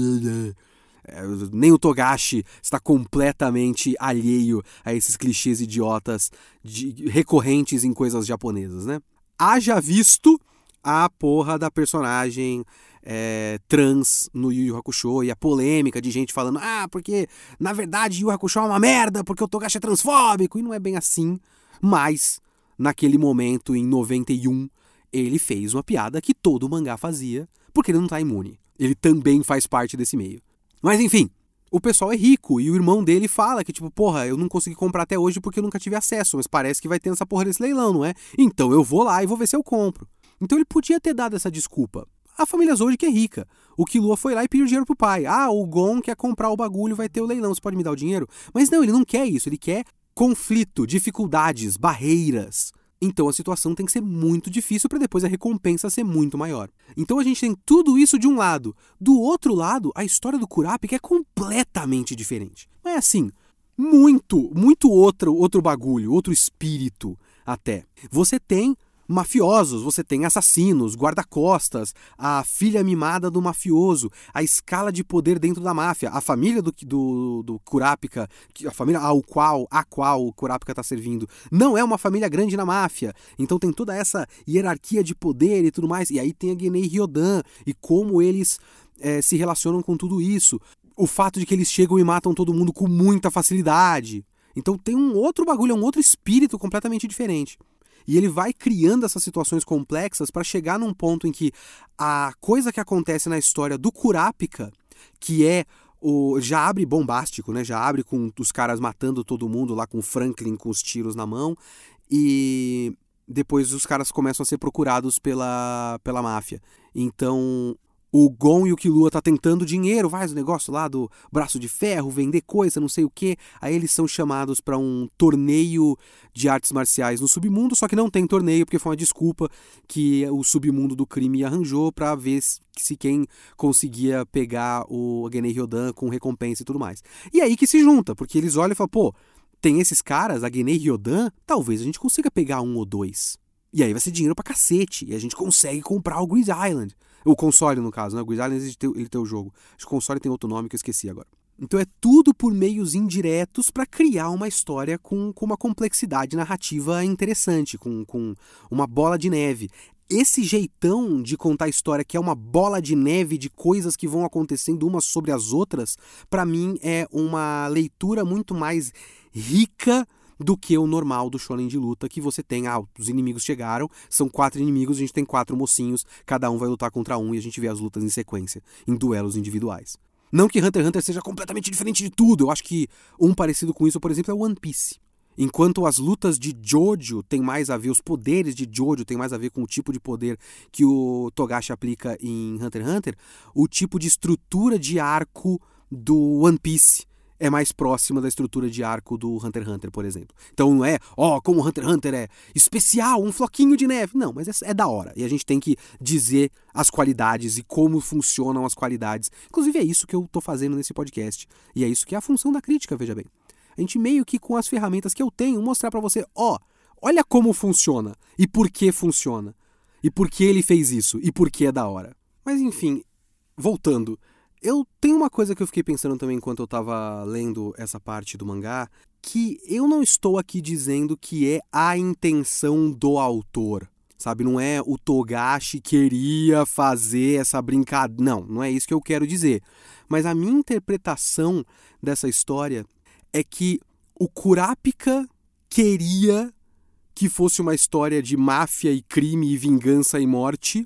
É, nem o Togashi está completamente alheio a esses clichês idiotas de, recorrentes em coisas japonesas, né? Haja visto a porra da personagem é, trans no Yu Yu Hakusho e a polêmica de gente falando ah, porque na verdade Yu Yu Hakusho é uma merda, porque o Togashi é transfóbico, e não é bem assim, mas naquele momento, em noventa e um, ele fez uma piada que todo mangá fazia, porque ele não tá imune. Ele também faz parte desse meio. Mas enfim, o pessoal é rico e o irmão dele fala que tipo, porra, eu não consegui comprar até hoje porque eu nunca tive acesso, mas parece que vai ter essa porra desse leilão, não é? Então eu vou lá e vou ver se eu compro. Então ele podia ter dado essa desculpa. A família Zoldyck é rica. O Killua foi lá e pediu dinheiro pro pai. Ah, o Gon quer comprar o bagulho, vai ter o leilão, você pode me dar o dinheiro? Mas não, ele não quer isso, ele quer conflito, dificuldades, barreiras. Então a situação tem que ser muito difícil para depois a recompensa ser muito maior. Então a gente tem tudo isso de um lado. Do outro lado, a história do Kurapika é completamente diferente. É assim, muito, muito outro, outro bagulho, outro espírito até. Você tem mafiosos, você tem assassinos, guarda-costas, a filha mimada do mafioso, a escala de poder dentro da máfia, a família do, do, do Kurapika, a família ao qual, a qual o Kurapika está servindo, não é uma família grande na máfia, então tem toda essa hierarquia de poder e tudo mais, e aí tem a Genei Ryodan, e como eles é, se relacionam com tudo isso, o fato de que eles chegam e matam todo mundo com muita facilidade, então tem um outro bagulho, é um outro espírito completamente diferente. E ele vai criando essas situações complexas para chegar num ponto em que a coisa que acontece na história do Kurapika, que é o já abre bombástico, né? Já abre com os caras matando todo mundo lá com o Franklin com os tiros na mão, e depois os caras começam a ser procurados pela, pela máfia. Então o Gon e o Killua tá tentando dinheiro, faz o negócio lá do braço de ferro, vender coisa, não sei o que. Aí eles são chamados para um torneio de artes marciais no submundo, só que não tem torneio porque foi uma desculpa que o submundo do crime arranjou para ver se quem conseguia pegar o Genei Ryodan com recompensa e tudo mais. E aí que se junta, porque eles olham e falam, pô, tem esses caras, a Genei Ryodan, talvez a gente consiga pegar um ou dois. E aí vai ser dinheiro pra cacete, e a gente consegue comprar o Grid Island. O console, no caso, né? O Grid Island, ele tem, ele tem o jogo. Acho que o console tem outro nome que eu esqueci agora. Então é tudo por meios indiretos para criar uma história com, com uma complexidade narrativa interessante, com, com uma bola de neve. Esse jeitão de contar a história, que é uma bola de neve de coisas que vão acontecendo umas sobre as outras, para mim é uma leitura muito mais rica do que o normal do shonen de luta, que você tem, ah, os inimigos chegaram, são quatro inimigos, a gente tem quatro mocinhos, cada um vai lutar contra um e a gente vê as lutas em sequência, em duelos individuais. Não que Hunter x Hunter seja completamente diferente de tudo, eu acho que um parecido com isso, por exemplo, é One Piece. Enquanto as lutas de Jojo tem mais a ver, os poderes de Jojo tem mais a ver com o tipo de poder que o Togashi aplica em Hunter x Hunter, o tipo de estrutura de arco do One Piece é mais próxima da estrutura de arco do Hunter x Hunter, por exemplo. Então não é, ó, oh, como o Hunter x Hunter é especial, um floquinho de neve. Não, mas é, é da hora. E a gente tem que dizer as qualidades e como funcionam as qualidades. Inclusive é isso que eu tô fazendo nesse podcast. E é isso que é a função da crítica, veja bem. A gente meio que com as ferramentas que eu tenho, mostrar pra você, ó, oh, olha como funciona. E por que funciona. E por que ele fez isso. E por que é da hora. Mas enfim, voltando. Eu tenho uma coisa que eu fiquei pensando também enquanto eu tava lendo essa parte do mangá, que eu não estou aqui dizendo que é a intenção do autor, sabe? Não é o Togashi queria fazer essa brincadeira. Não, não é isso que eu quero dizer. Mas a minha interpretação dessa história é que o Kurapika queria que fosse uma história de máfia e crime e vingança e morte,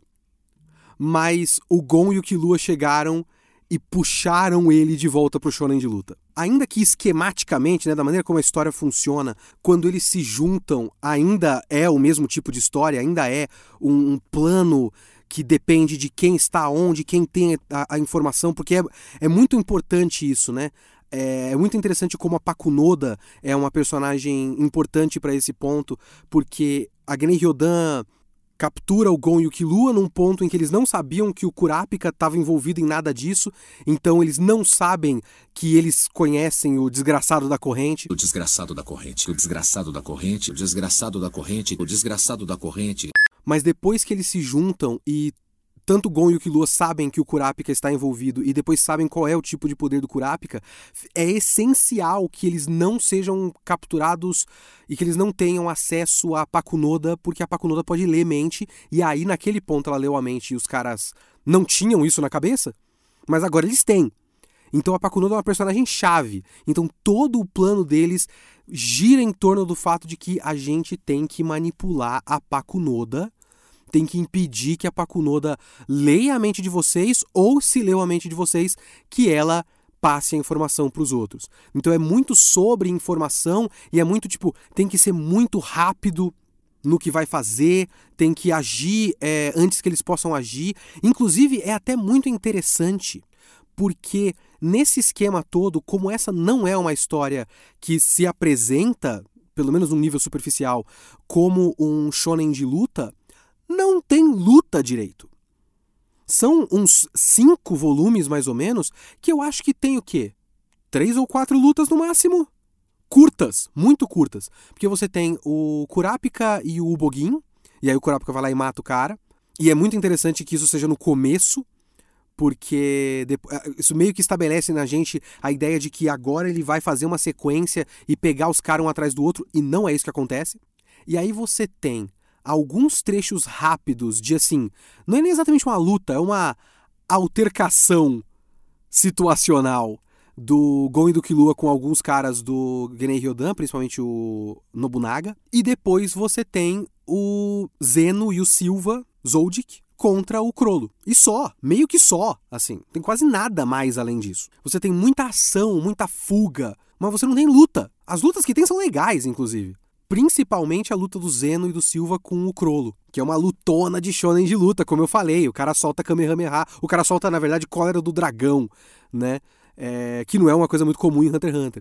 mas o Gon e o Killua chegaram e puxaram ele de volta pro shonen de luta. Ainda que esquematicamente, né, da maneira como a história funciona, quando eles se juntam, ainda é o mesmo tipo de história, ainda é um, um plano que depende de quem está onde, quem tem a, a informação, porque é, é muito importante isso, né? É, é muito interessante como a Pakunoda é uma personagem importante para esse ponto, porque a Genei Ryodan captura o Gon e o Killua num ponto em que eles não sabiam que o Kurapika estava envolvido em nada disso, então eles não sabem que eles conhecem o desgraçado da corrente. O desgraçado da corrente, o desgraçado da corrente, o desgraçado da corrente, o desgraçado da corrente. Mas depois que eles se juntam e tanto o Gon e o Killua sabem que o Kurapika está envolvido e depois sabem qual é o tipo de poder do Kurapika, é essencial que eles não sejam capturados e que eles não tenham acesso à Pakunoda, porque a Pakunoda pode ler mente, e aí naquele ponto ela leu a mente e os caras não tinham isso na cabeça, mas agora eles têm. Então a Pakunoda é uma personagem chave. Então todo o plano deles gira em torno do fato de que a gente tem que manipular a Pakunoda, tem que impedir que a Pakunoda leia a mente de vocês, ou se leu a mente de vocês, que ela passe a informação para os outros. Então é muito sobre informação e é muito tipo, tem que ser muito rápido no que vai fazer, tem que agir é, antes que eles possam agir. Inclusive é até muito interessante, porque nesse esquema todo, como essa não é uma história que se apresenta pelo menos num nível superficial, como um shonen de luta, não tem luta direito. São uns cinco volumes, mais ou menos, que eu acho que tem o quê? Três ou quatro lutas no máximo? Curtas, muito curtas. Porque você tem o Kurapika e o Ubogin, e aí o Kurapika vai lá e mata o cara. E é muito interessante que isso seja no começo, porque isso meio que estabelece na gente a ideia de que agora ele vai fazer uma sequência e pegar os caras um atrás do outro, e não é isso que acontece. E aí você tem alguns trechos rápidos de, assim, não é nem exatamente uma luta, é uma altercação situacional do Gon e do Killua com alguns caras do Genei Ryodan, principalmente o Nobunaga. E depois você tem o Zeno e o Silva, Zoldyck, contra o Crollo. E só, meio que só, assim. Tem quase nada mais além disso. Você tem muita ação, muita fuga, mas você não tem luta. As lutas que tem são legais, inclusive. Principalmente a luta do Zeno e do Silva com o Crollo, que é uma lutona de shonen de luta, como eu falei. O cara solta Kamehameha, o cara solta, na verdade, Cólera do Dragão, né? É, que não é uma coisa muito comum em Hunter x Hunter.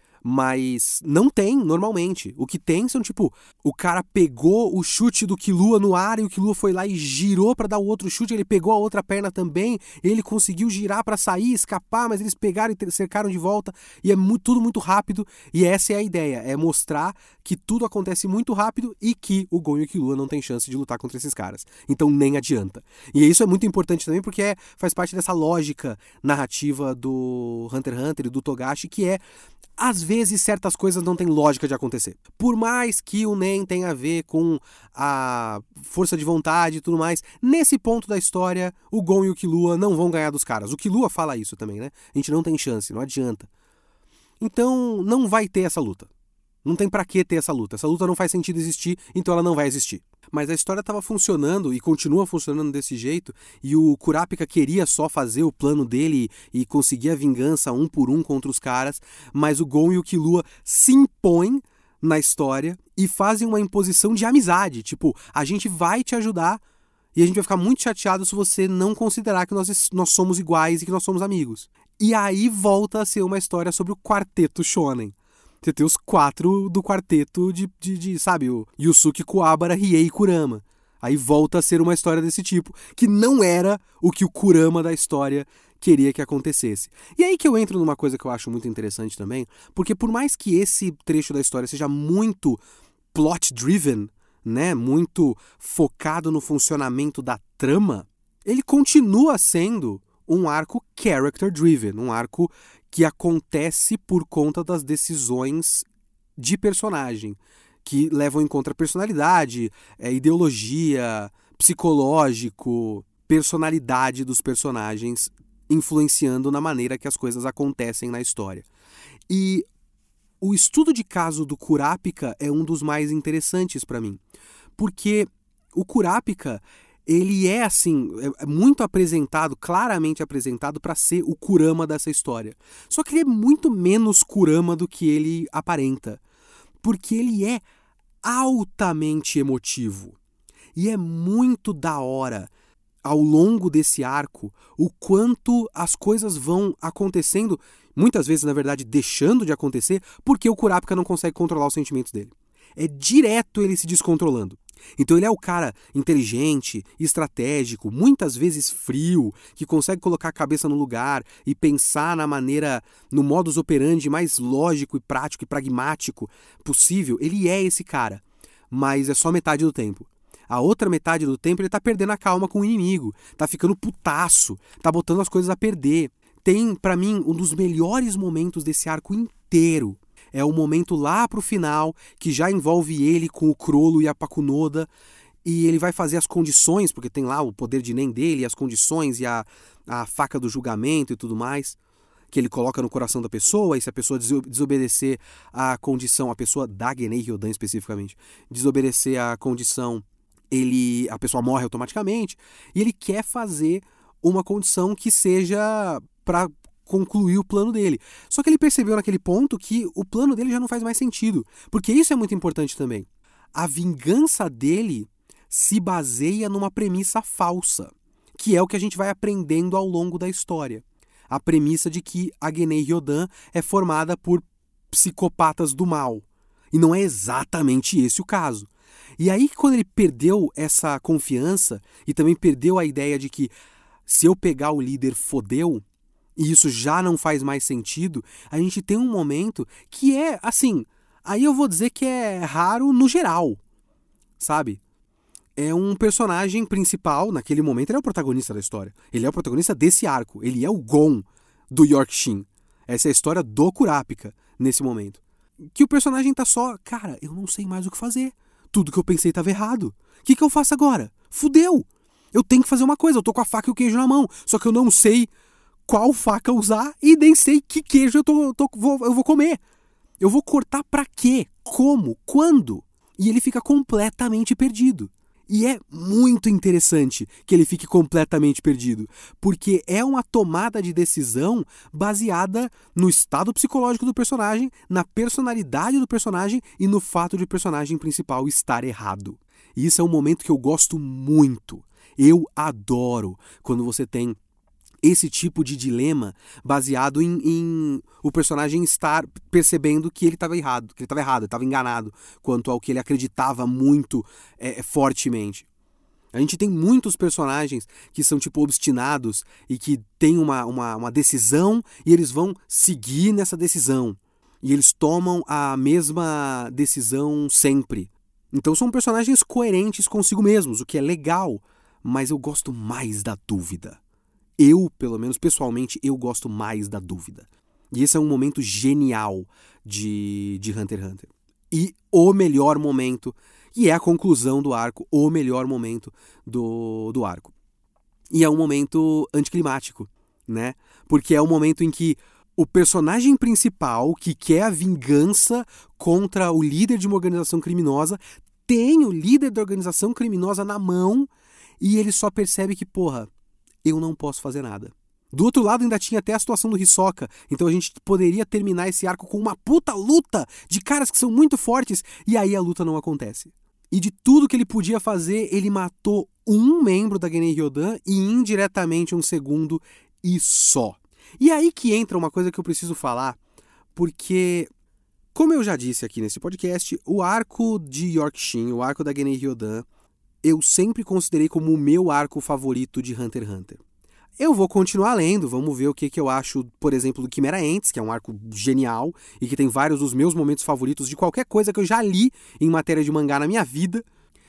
Mas não tem, normalmente. O que tem são, tipo, o cara pegou o chute do Killua no ar e o Killua foi lá e girou pra dar o outro chute, ele pegou a outra perna também, ele conseguiu girar pra sair, escapar, mas eles pegaram e cercaram de volta, e é muito, tudo muito rápido, e essa é a ideia, é mostrar que tudo acontece muito rápido e que o Gon e o Killua não tem chance de lutar contra esses caras. Então nem adianta. E isso é muito importante também porque é, faz parte dessa lógica narrativa do Hunter x Hunter e do Togashi, que é, às vezes certas coisas não têm lógica de acontecer. Por mais que o Nen tenha a ver com a força de vontade e tudo mais, nesse ponto da história, o Gon e o Killua não vão ganhar dos caras. O Killua fala isso também, né? A gente não tem chance, não adianta. Então não vai ter essa luta. Não tem pra que ter essa luta. Essa luta não faz sentido existir, então ela não vai existir. Mas a história estava funcionando e continua funcionando desse jeito, e o Kurapika queria só fazer o plano dele e conseguir a vingança um por um contra os caras, mas o Gon e o Killua se impõem na história e fazem uma imposição de amizade. Tipo, a gente vai te ajudar e a gente vai ficar muito chateado se você não considerar que nós, nós somos iguais e que nós somos amigos. E aí volta a ser uma história sobre o quarteto shonen. Você tem os quatro do quarteto de, de, de, sabe, o Yusuke, Kuwabara, Riei e Kurama. Aí volta a ser uma história desse tipo, que não era o que o Kurama da história queria que acontecesse. E aí que eu entro numa coisa que eu acho muito interessante também, porque por mais que esse trecho da história seja muito plot-driven, né, muito focado no funcionamento da trama, ele continua sendo um arco character-driven, um arco que acontece por conta das decisões de personagem, que levam em conta a personalidade, é, ideologia, psicológico, personalidade dos personagens, influenciando na maneira que as coisas acontecem na história. E o estudo de caso do Kurapika é um dos mais interessantes para mim, porque o Kurapika, ele é, assim, é muito apresentado, claramente apresentado para ser o Kurama dessa história. Só que ele é muito menos Kurama do que ele aparenta. Porque ele é altamente emotivo. E é muito da hora, ao longo desse arco, o quanto as coisas vão acontecendo, muitas vezes, na verdade, deixando de acontecer, porque o Kurapika não consegue controlar os sentimentos dele. É direto ele se descontrolando. Então ele é o cara inteligente, estratégico, muitas vezes frio, que consegue colocar a cabeça no lugar e pensar na maneira, no modus operandi mais lógico e prático e pragmático possível. Ele é esse cara, mas é só metade do tempo. A outra metade do tempo ele tá perdendo a calma com o inimigo, tá ficando putaço, tá botando as coisas a perder. Tem, pra mim, um dos melhores momentos desse arco inteiro. É o momento lá pro final, que já envolve ele com o Crollo e a Pakunoda, e ele vai fazer as condições, porque tem lá o poder de Nen dele, as condições e a, a faca do julgamento e tudo mais, que ele coloca no coração da pessoa, e se a pessoa desobedecer a condição, a pessoa da Genei Ryodan especificamente, desobedecer a condição, ele, a pessoa morre automaticamente, e ele quer fazer uma condição que seja para concluir o plano dele. Só que ele percebeu naquele ponto que o plano dele já não faz mais sentido. Porque isso é muito importante também. A vingança dele se baseia numa premissa falsa, que é o que a gente vai aprendendo ao longo da história. A premissa de que a Genei Ryodan é formada por psicopatas do mal. E não é exatamente esse o caso. E aí, quando ele perdeu essa confiança e também perdeu a ideia de que se eu pegar o líder, fodeu, e isso já não faz mais sentido, a gente tem um momento que é, assim, aí eu vou dizer que é raro no geral, sabe? É um personagem principal, naquele momento ele é o protagonista da história. Ele é o protagonista desse arco, ele é o Gon do Yorkshin. Essa é a história do Kurapika, nesse momento. Que o personagem tá só, cara, eu não sei mais o que fazer. Tudo que eu pensei estava errado. O que, que eu faço agora? Fudeu! Eu tenho que fazer uma coisa, eu tô com a faca e o queijo na mão. Só que eu não sei qual faca usar e nem sei que queijo eu, tô, tô, vou, eu vou comer. Eu vou cortar pra quê? Como? Quando? E ele fica completamente perdido. E é muito interessante que ele fique completamente perdido, porque é uma tomada de decisão baseada no estado psicológico do personagem, na personalidade do personagem e no fato de o personagem principal estar errado. E isso é um momento que eu gosto muito. Eu adoro quando você tem esse tipo de dilema baseado em, em o personagem estar percebendo que ele estava errado, que ele estava errado, estava enganado quanto ao que ele acreditava muito é, fortemente. A gente tem muitos personagens que são tipo obstinados e que têm uma, uma, uma decisão e eles vão seguir nessa decisão. E eles tomam a mesma decisão sempre. Então são personagens coerentes consigo mesmos, o que é legal, mas eu gosto mais da dúvida. Eu, pelo menos pessoalmente, eu gosto mais da dúvida. E esse é um momento genial de, de Hunter x Hunter. E o melhor momento, e é a conclusão do arco, o melhor momento do, do arco. E é um momento anticlimático, né? Porque é o momento em que o personagem principal, que quer a vingança contra o líder de uma organização criminosa, tem o líder da organização criminosa na mão e ele só percebe que, porra, eu não posso fazer nada. Do outro lado ainda tinha até a situação do Hisoka, então a gente poderia terminar esse arco com uma puta luta de caras que são muito fortes, e aí a luta não acontece. E de tudo que ele podia fazer, ele matou um membro da Genei Ryodan e indiretamente um segundo e só. E aí que entra uma coisa que eu preciso falar, porque, como eu já disse aqui nesse podcast, o arco de Yorkshin, o arco da Genei Ryodan, eu sempre considerei como o meu arco favorito de Hunter x Hunter. Eu vou continuar lendo, vamos ver o que, que eu acho, por exemplo, do Chimera Ants, que é um arco genial e que tem vários dos meus momentos favoritos de qualquer coisa que eu já li em matéria de mangá na minha vida,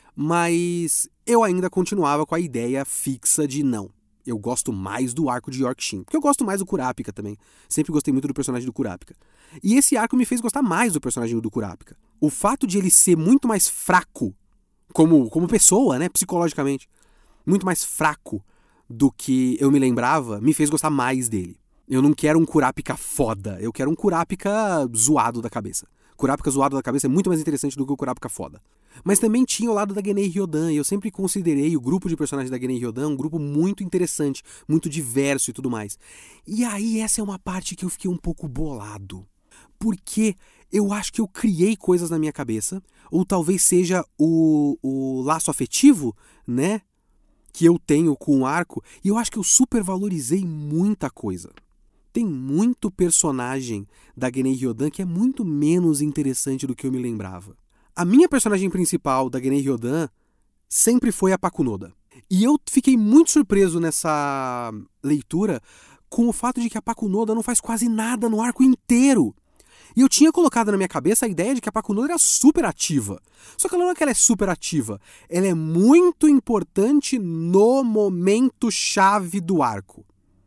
mas eu ainda continuava com a ideia fixa de não. Eu gosto mais do arco de Yorkshin, porque eu gosto mais do Kurapika também. Sempre gostei muito do personagem do Kurapika. E esse arco me fez gostar mais do personagem do Kurapika. O fato de ele ser muito mais fraco Como, como pessoa, né, psicologicamente, muito mais fraco do que eu me lembrava, me fez gostar mais dele. Eu não quero um Kurapika foda, eu quero um Kurapika zoado da cabeça. Kurapika zoado da cabeça é muito mais interessante do que o Kurapika foda. Mas também tinha o lado da Genei Ryodan, e eu sempre considerei o grupo de personagens da Genei Ryodan um grupo muito interessante, muito diverso e tudo mais. E aí essa é uma parte que eu fiquei um pouco bolado. Porque eu acho que eu criei coisas na minha cabeça, ou talvez seja o, o laço afetivo, né, que eu tenho com o arco, e eu acho que eu supervalorizei muita coisa. Tem muito personagem da Genei Ryodan que é muito menos interessante do que eu me lembrava. A minha personagem principal da Genei Ryodan sempre foi a Pakunoda. E eu fiquei muito surpreso nessa leitura com o fato de que a Pakunoda não faz quase nada no arco inteiro. E eu tinha colocado na minha cabeça a ideia de que a Pakunoda era super ativa. Só que ela não é que ela é super ativa. Ela é muito importante no momento chave do arco.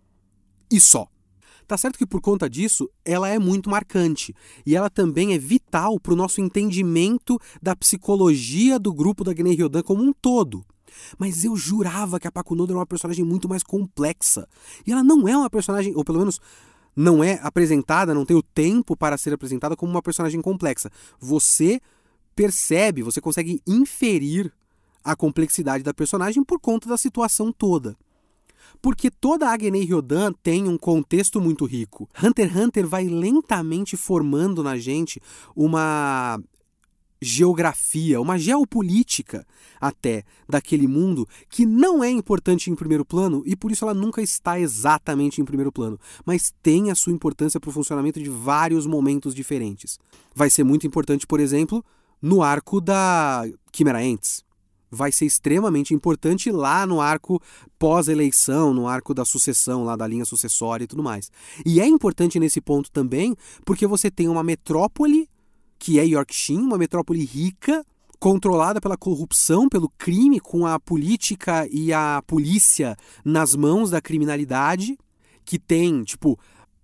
E só. Tá certo que por conta disso, ela é muito marcante. E ela também é vital para o nosso entendimento da psicologia do grupo da Genei Ryodan como um todo. Mas eu jurava que a Pakunoda era uma personagem muito mais complexa. E ela não é uma personagem, ou pelo menos não é apresentada, não tem o tempo para ser apresentada como uma personagem complexa. Você percebe, você consegue inferir a complexidade da personagem por conta da situação toda. Porque toda a Genei Ryodan tem um contexto muito rico. Hunter x Hunter vai lentamente formando na gente uma geografia, uma geopolítica até daquele mundo que não é importante em primeiro plano e por isso ela nunca está exatamente em primeiro plano, mas tem a sua importância para o funcionamento de vários momentos diferentes. Vai ser muito importante, por exemplo, no arco da Quimera Ents. Vai ser extremamente importante lá no arco pós-eleição, no arco da sucessão, lá da linha sucessória e tudo mais. E é importante nesse ponto também porque você tem uma metrópole que é Yorkshire, uma metrópole rica, controlada pela corrupção, pelo crime, com a política e a polícia nas mãos da criminalidade, que tem, tipo,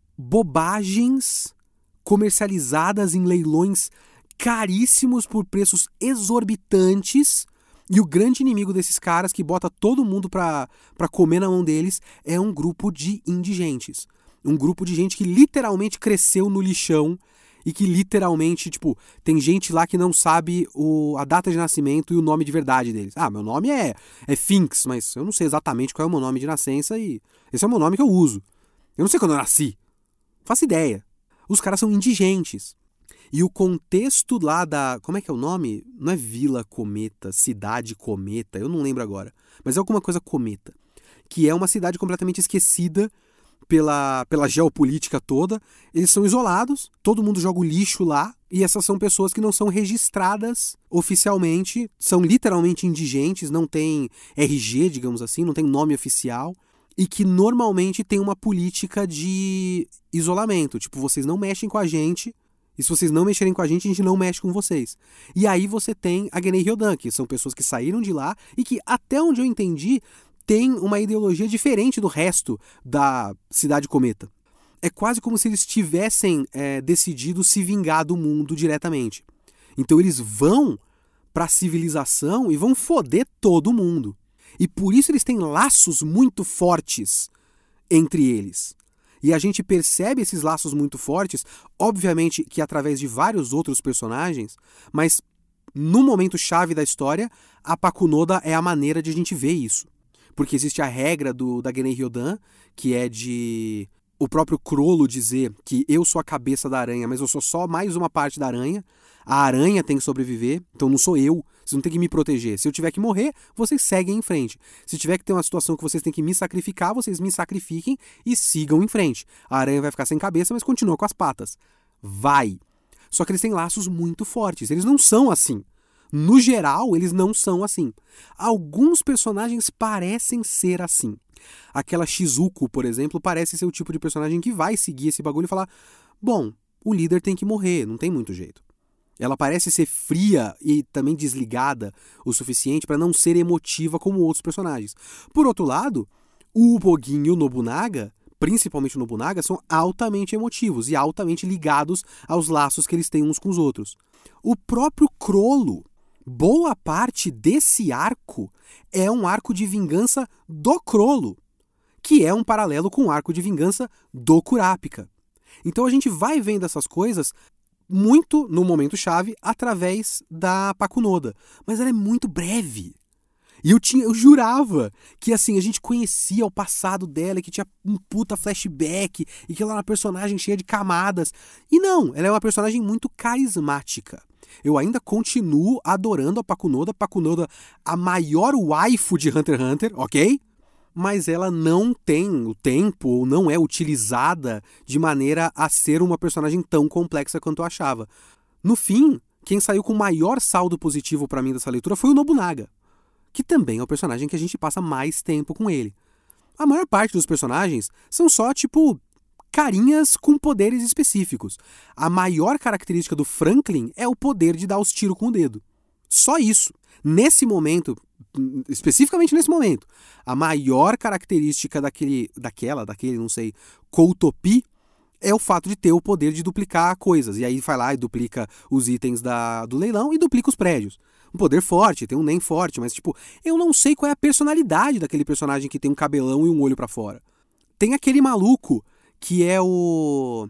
bobagens comercializadas em leilões caríssimos por preços exorbitantes. E o grande inimigo desses caras, que bota todo mundo pra, pra comer na mão deles, é um grupo de indigentes. Um grupo de gente que literalmente cresceu no lixão e que literalmente, tipo, tem gente lá que não sabe o, a data de nascimento e o nome de verdade deles. Ah, meu nome é, é Finks, mas eu não sei exatamente qual é o meu nome de nascença e esse é o meu nome que eu uso. Eu não sei quando eu nasci. Não faço ideia. Os caras são indigentes. E o contexto lá da... Como é que é o nome? Não é Vila Cometa, Cidade Cometa, eu não lembro agora. Mas é alguma coisa Cometa. Que é uma cidade completamente esquecida pela, pela geopolítica toda. Eles são isolados, todo mundo joga o lixo lá. E essas são pessoas que não são registradas oficialmente. São literalmente indigentes, não tem R G, digamos assim, não tem nome oficial. E que normalmente tem uma política de isolamento. Tipo, vocês não mexem com a gente... E se vocês não mexerem com a gente, a gente não mexe com vocês. E aí você tem a Genei Ryodan, que são pessoas que saíram de lá e que, até onde eu entendi, tem uma ideologia diferente do resto da Cidade Cometa. É quase como se eles tivessem é, decidido se vingar do mundo diretamente. Então eles vão para a civilização e vão foder todo mundo. E por isso eles têm laços muito fortes entre eles. E a gente percebe esses laços muito fortes, obviamente que através de vários outros personagens, mas no momento chave da história, a Pakunoda é a maneira de a gente ver isso. Porque existe a regra do, da Genei Ryodan, que é de o próprio Crollo dizer que eu sou a cabeça da aranha, mas eu sou só mais uma parte da aranha. A aranha tem que sobreviver, então não sou eu. Vocês não tem que me proteger. Se eu tiver que morrer, vocês seguem em frente. Se tiver que ter uma situação que vocês têm que me sacrificar, vocês me sacrifiquem e sigam em frente. A aranha vai ficar sem cabeça, mas continua com as patas. Vai. Só que eles têm laços muito fortes. Eles não são assim. No geral, eles não são assim. Alguns personagens parecem ser assim. Aquela Shizuko, por exemplo, parece ser o tipo de personagem que vai seguir esse bagulho e falar: bom, o líder tem que morrer, não tem muito jeito. Ela parece ser fria e também desligada o suficiente para não ser emotiva como outros personagens. Por outro lado, o Ubogin e o Nobunaga, principalmente o Nobunaga, são altamente emotivos e altamente ligados aos laços que eles têm uns com os outros. O próprio Crollo, boa parte desse arco é um arco de vingança do Crollo, que é um paralelo com o arco de vingança do Kurapika. Então a gente vai vendo essas coisas muito no momento-chave através da Pakunoda. Mas ela é muito breve. E eu, tinha, eu jurava que assim, a gente conhecia o passado dela, que tinha um puta flashback, e que ela era uma personagem cheia de camadas. E não, ela é uma personagem muito carismática. Eu ainda continuo adorando a Pakunoda. Pakunoda, a maior waifu de Hunter x Hunter, ok? Mas ela não tem o tempo, ou não é utilizada de maneira a ser uma personagem tão complexa quanto eu achava. No fim, quem saiu com o maior saldo positivo pra mim dessa leitura foi o Nobunaga, que também é o personagem que a gente passa mais tempo com ele. A maior parte dos personagens são só, tipo, carinhas com poderes específicos. A maior característica do Franklin é o poder de dar os tiros com o dedo. Só isso. Nesse momento, especificamente nesse momento, a maior característica daquele, daquela, daquele, não sei, Koutopi, é o fato de ter o poder de duplicar coisas. E aí vai lá e duplica os itens da, do leilão e duplica os prédios. Um poder forte, tem um nem forte, mas tipo, eu não sei qual é a personalidade daquele personagem que tem um cabelão e um olho pra fora. Tem aquele maluco que é o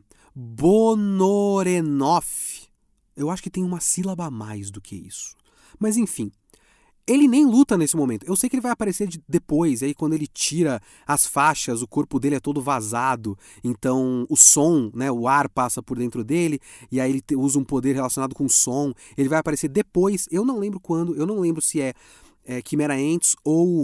Bonorenov. Eu acho que tem uma sílaba a mais do que isso. Mas enfim, Ele nem luta nesse momento. Eu sei que ele vai aparecer de, depois, aí quando ele tira as faixas, o corpo dele é todo vazado, então o som, né, o ar passa por dentro dele, e aí ele te, usa um poder relacionado com o som. Ele vai aparecer depois, eu não lembro quando, eu não lembro se é, é Chimera Ants ou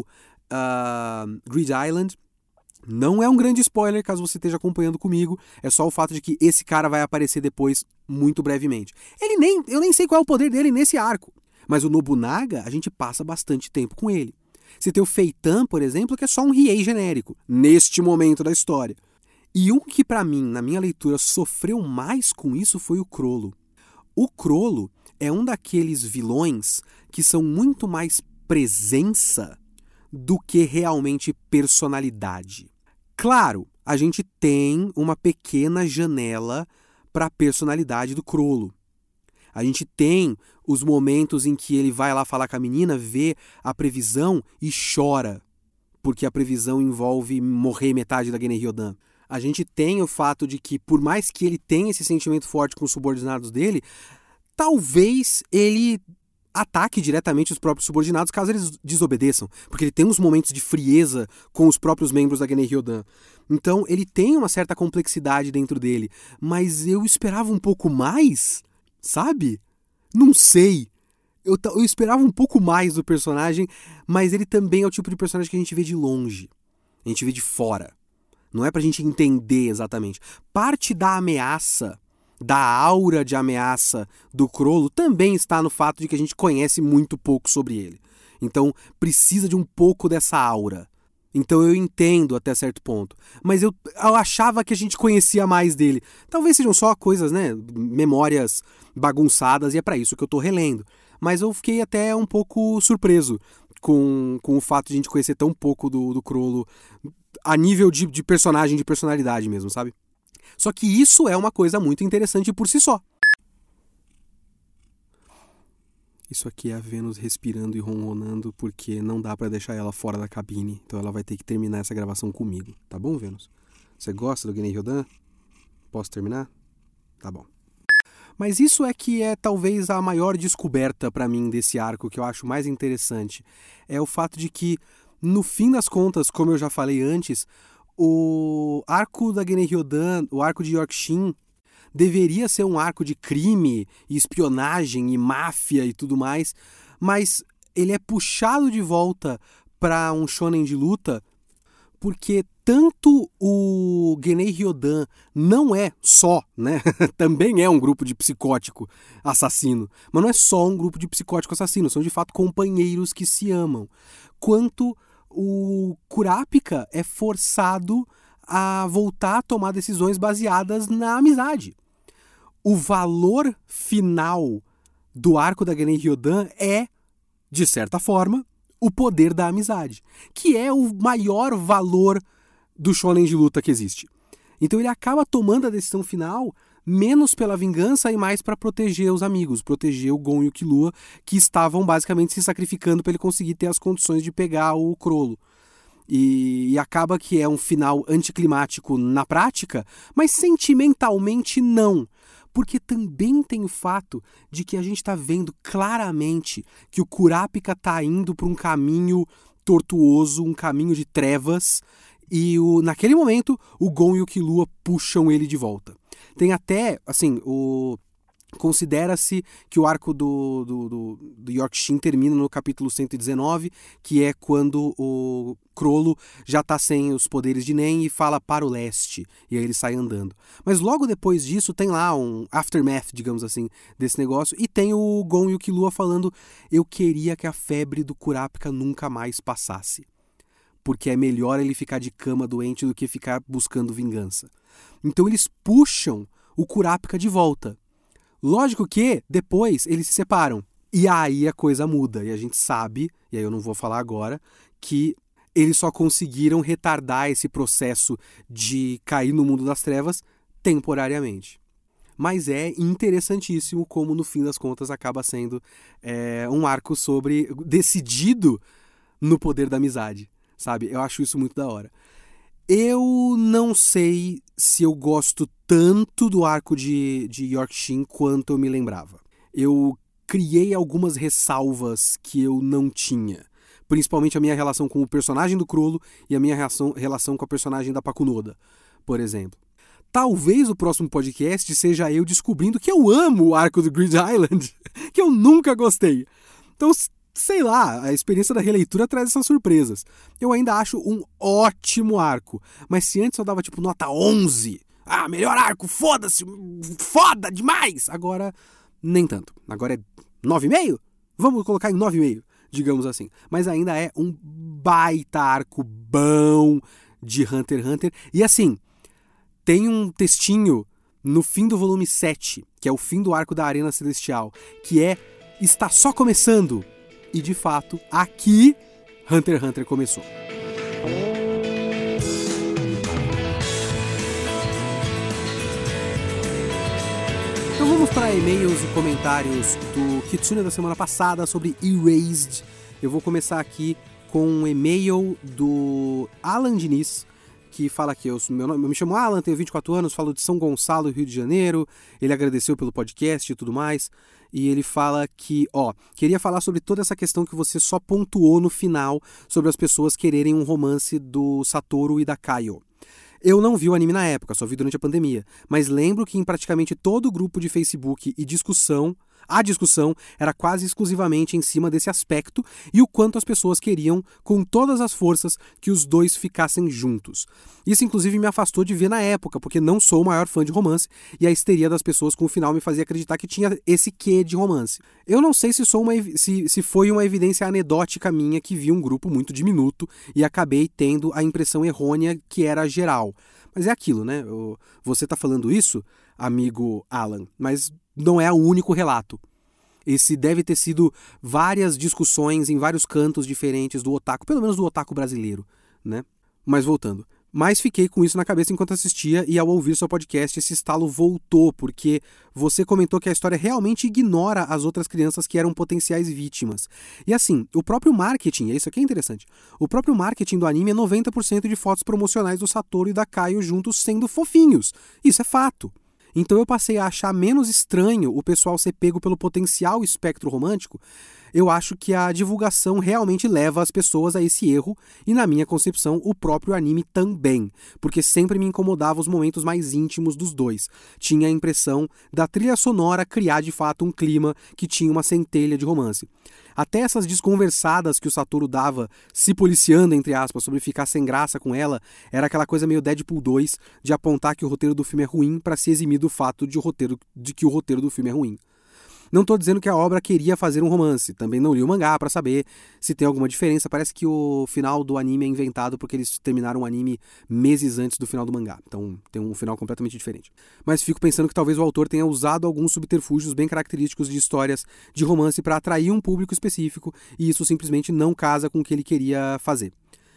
uh, Grid Island. Não é um grande spoiler caso você esteja acompanhando comigo, é só o fato de que esse cara vai aparecer depois, muito brevemente. Ele nem, eu nem sei qual é o poder dele nesse arco. Mas o Nobunaga, a gente passa bastante tempo com ele. Você tem o Feitan, por exemplo, que é só um Riei genérico, neste momento da história. E um que, pra mim, na minha leitura, sofreu mais com isso foi o Crollo. O Crollo é um daqueles vilões que são muito mais presença do que realmente personalidade. Claro, a gente tem uma pequena janela para a personalidade do Crollo. A gente tem os momentos em que ele vai lá falar com a menina, vê a previsão e chora, porque a previsão envolve morrer metade da Genei Ryodan. A gente tem o fato de que, por mais que ele tenha esse sentimento forte com os subordinados dele, talvez ele ataque diretamente os próprios subordinados caso eles desobedeçam, porque ele tem uns momentos de frieza com os próprios membros da Genei Ryodan. Então ele tem uma certa complexidade dentro dele, mas eu esperava um pouco mais... Sabe? Não sei. Eu, eu esperava um pouco mais do personagem, mas ele também é o tipo de personagem que a gente vê de longe. A gente vê de fora. Não é pra gente entender exatamente. Parte da ameaça, da aura de ameaça do Crollo também está no fato de que a gente conhece muito pouco sobre ele. Então precisa de um pouco dessa aura. Então eu entendo até certo ponto. Mas eu, eu achava que a gente conhecia mais dele. Talvez sejam só coisas, né? Memórias bagunçadas, e é pra isso que eu tô relendo. Mas eu fiquei até um pouco surpreso com, com o fato de a gente conhecer tão pouco do, do Crollo a nível de, de personagem, de personalidade mesmo, sabe? Só que isso é uma coisa muito interessante por si só. Isso aqui é a Vênus respirando e ronronando porque não dá pra deixar ela fora da cabine. Então ela vai ter que terminar essa gravação comigo. Tá bom, Vênus? Você gosta do Genei Ryodan? Posso terminar? Tá bom. Mas isso é que é talvez a maior descoberta pra mim desse arco, que eu acho mais interessante. É o fato de que, no fim das contas, como eu já falei antes, o arco da Genei Ryodan, o arco de Yorkshin, deveria ser um arco de crime e espionagem e máfia e tudo mais, mas ele é puxado de volta para um shonen de luta porque tanto o Genei Ryodan não é só, né? Também é um grupo de psicótico assassino, mas não é só um grupo de psicótico assassino, são de fato companheiros que se amam. Quanto o Kurapika é forçado a voltar a tomar decisões baseadas na amizade. O valor final do arco da Genei Ryodan é, de certa forma, o poder da amizade, que é o maior valor do shonen de luta que existe. Então ele acaba tomando a decisão final menos pela vingança e mais para proteger os amigos, proteger o Gon e o Killua, que estavam basicamente se sacrificando para ele conseguir ter as condições de pegar o Crollo. E, e acaba que é um final anticlimático na prática, mas sentimentalmente não. Porque também tem o fato de que a gente está vendo claramente que o Kurapika está indo para um caminho tortuoso, um caminho de trevas, e o, naquele momento o Gon e o Killua puxam ele de volta. Tem até, assim, o... considera-se que o arco do, do, do, do Yorkshin termina no capítulo cento e dezenove, que é quando o Crollo já está sem os poderes de Nen e fala para o leste, e aí ele sai andando. Mas logo depois disso tem lá um aftermath, digamos assim, desse negócio, e tem o Gon e o Killua falando: eu queria que a febre do Kurapika nunca mais passasse, porque é melhor ele ficar de cama doente do que ficar buscando vingança. Então eles puxam o Kurapika de volta. Lógico que depois eles se separam. E aí a coisa muda. E a gente sabe, e aí eu não vou falar agora, que eles só conseguiram retardar esse processo de cair no mundo das trevas temporariamente. Mas é interessantíssimo como, no fim das contas, acaba sendo é, um arco sobre decidido no poder da amizade, sabe? Eu acho isso muito da hora. Eu não sei se eu gosto tanto do arco de, de Yorkshin quanto eu me lembrava. Eu criei algumas ressalvas que eu não tinha. Principalmente a minha relação com o personagem do Crollo e a minha relação, relação com a personagem da Pakunoda, por exemplo. Talvez o próximo podcast seja eu descobrindo que eu amo o arco do Grid Island, que eu nunca gostei. Então, sei lá, a experiência da releitura traz essas surpresas. Eu ainda acho um ótimo arco, mas se antes eu dava tipo nota onze, ah, melhor arco, foda-se, foda demais! Agora, nem tanto. Agora é nove vírgula cinco? Vamos colocar em nove vírgula cinco, digamos assim. Mas ainda é um baita arco bom de Hunter x Hunter. E assim, tem um textinho no fim do volume sete, que é o fim do arco da Arena Celestial, que é Está só começando. E de fato, aqui, Hunter x Hunter começou. Então vamos para e-mails e comentários do Kitsune da semana passada sobre Erased. Eu vou começar aqui com um e-mail do Alan Diniz, que fala que eu, meu nome, eu me chamo Alan, tenho vinte e quatro anos, falo de São Gonçalo, Rio de Janeiro. Ele agradeceu pelo podcast e tudo mais. E ele fala que, ó, queria falar sobre toda essa questão que você só pontuou no final sobre as pessoas quererem um romance do Satoru e da Kaio. Eu não vi o anime na época, só vi durante a pandemia, mas lembro que em praticamente todo o grupo de Facebook e discussão, a discussão era quase exclusivamente em cima desse aspecto e o quanto as pessoas queriam, com todas as forças, que os dois ficassem juntos. Isso inclusive me afastou de ver na época, porque não sou o maior fã de romance e a histeria das pessoas com o final me fazia acreditar que tinha esse quê de romance. Eu não sei se, sou uma, se, se foi uma evidência anedótica minha que vi um grupo muito diminuto e acabei tendo a impressão errônea que era geral. Mas é aquilo, né? Você tá falando isso, amigo Alan, mas não é o único relato. Esse deve ter sido várias discussões em vários cantos diferentes do otaku, pelo menos do otaku brasileiro, né? Mas voltando. Mas fiquei com isso na cabeça enquanto assistia e ao ouvir seu podcast esse estalo voltou, porque você comentou que a história realmente ignora as outras crianças que eram potenciais vítimas. E assim, o próprio marketing, isso aqui é interessante, o próprio marketing do anime é noventa por cento de fotos promocionais do Satoru e da Kaio juntos sendo fofinhos. Isso é fato. Então eu passei a achar menos estranho o pessoal ser pego pelo potencial espectro romântico. Eu acho que a divulgação realmente leva as pessoas a esse erro e, na minha concepção, o próprio anime também, porque sempre me incomodava os momentos mais íntimos dos dois. Tinha a impressão da trilha sonora criar de fato um clima que tinha uma centelha de romance. Até essas desconversadas que o Satoru dava, se policiando, entre aspas, sobre ficar sem graça com ela, era aquela coisa meio Deadpool dois, de apontar que o roteiro do filme é ruim para se eximir do fato de, o roteiro, de que o roteiro do filme é ruim. Não estou dizendo que a obra queria fazer um romance, também não li o mangá para saber se tem alguma diferença. Parece que o final do anime é inventado porque eles terminaram o anime meses antes do final do mangá, então tem um final completamente diferente. Mas fico pensando que talvez o autor tenha usado alguns subterfúgios bem característicos de histórias de romance para atrair um público específico e isso simplesmente não casa com o que ele queria fazer.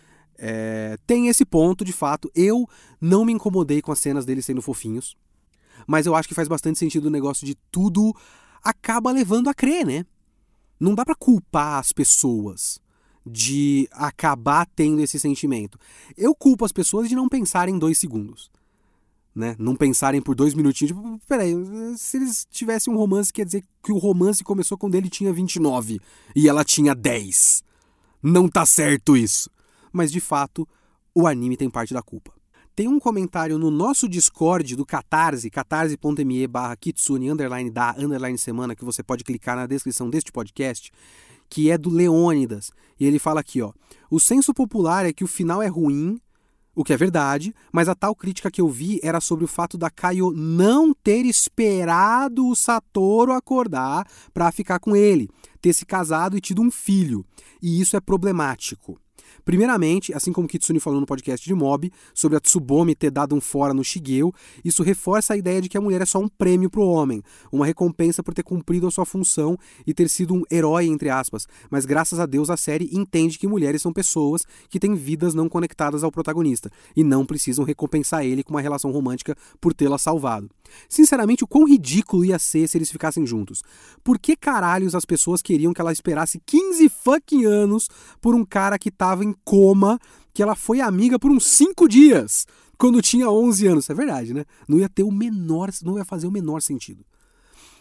É, tem esse ponto, de fato, eu não me incomodei com as cenas deles sendo fofinhos, mas eu acho que faz bastante sentido o negócio de tudo acaba levando a crer, né? Não dá pra culpar as pessoas de acabar tendo esse sentimento. Eu culpo as pessoas de não pensarem dois segundos, né? Não pensarem por dois minutinhos. Tipo, peraí, se eles tivessem um romance, quer dizer que o romance começou quando ele tinha vinte e nove e ela tinha dez. Não tá certo isso. Mas, de fato, o anime tem parte da culpa. Tem um comentário no nosso Discord do Catarse, catarse.me barra kitsune, underline da, underline semana, que você pode clicar na descrição deste podcast, que é do Leônidas. E ele fala aqui, ó, o senso popular é que o final é ruim, o que é verdade, mas a tal crítica que eu vi era sobre o fato da Kaio não ter esperado o Satoru acordar para ficar com ele, ter se casado e tido um filho. E isso é problemático. Primeiramente, assim como Kitsune falou no podcast de Mob, sobre a Tsubomi ter dado um fora no Shigeo, isso reforça a ideia de que a mulher é só um prêmio pro homem, uma recompensa por ter cumprido a sua função e ter sido um herói, entre aspas, mas graças a Deus a série entende que mulheres são pessoas que têm vidas não conectadas ao protagonista, e não precisam recompensar ele com uma relação romântica por tê-la salvado. Sinceramente, o quão ridículo ia ser se eles ficassem juntos. Por que caralhos as pessoas queriam que ela esperasse quinze fucking anos por um cara que tava em coma, que ela foi amiga por uns cinco dias, quando tinha onze anos? É verdade, né? Não ia ter o menor, não ia fazer o menor sentido.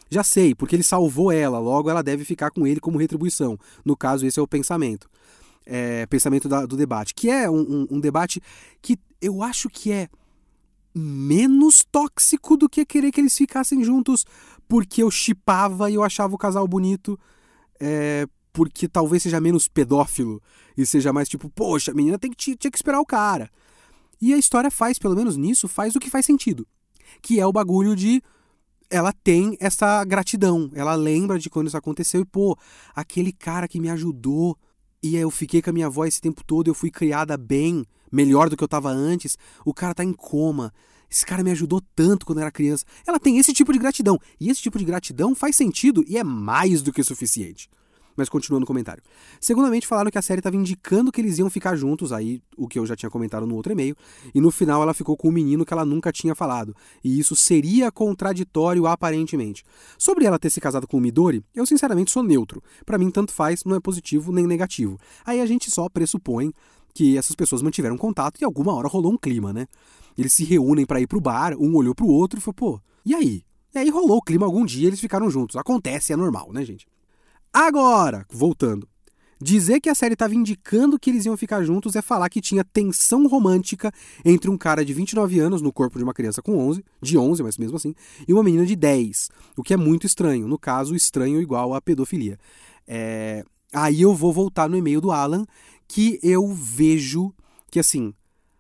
Já sei, porque ele salvou ela, logo ela deve ficar com ele como retribuição. No caso, esse é o pensamento. É, pensamento da, do debate. Que é um, um, um debate que eu acho que é menos tóxico do que querer que eles ficassem juntos porque eu shippava e eu achava o casal bonito, é, porque talvez seja menos pedófilo e seja mais tipo, poxa, a menina tem que, tinha que esperar o cara. E a história faz, pelo menos nisso, faz o que faz sentido. Que é o bagulho de ela tem essa gratidão, ela lembra de quando isso aconteceu e, pô, aquele cara que me ajudou e eu fiquei com a minha avó esse tempo todo, eu fui criada bem, melhor do que eu estava antes, o cara tá em coma, esse cara me ajudou tanto quando eu era criança. Ela tem esse tipo de gratidão, e esse tipo de gratidão faz sentido e é mais do que suficiente. Mas continuando o comentário. Segundamente, falaram que a série estava indicando que eles iam ficar juntos, aí o que eu já tinha comentado no outro e-mail, e no final ela ficou com um menino que ela nunca tinha falado, e isso seria contraditório aparentemente. Sobre ela ter se casado com o Midori, eu sinceramente sou neutro. Pra mim tanto faz, não é positivo nem negativo. Aí a gente só pressupõe que essas pessoas mantiveram contato e alguma hora rolou um clima, né? Eles se reúnem pra ir pro bar, um olhou pro outro e falou, pô, e aí? E aí rolou o clima algum dia, eles ficaram juntos. Acontece, é normal, né, gente? Agora, voltando, dizer que a série estava indicando que eles iam ficar juntos é falar que tinha tensão romântica entre um cara de vinte e nove anos no corpo de uma criança com onze, de onze, mas mesmo assim, e uma menina de dez, o que é muito estranho, no caso, estranho igual a pedofilia. É... Aí eu vou voltar no e-mail do Alan, que eu vejo que, assim,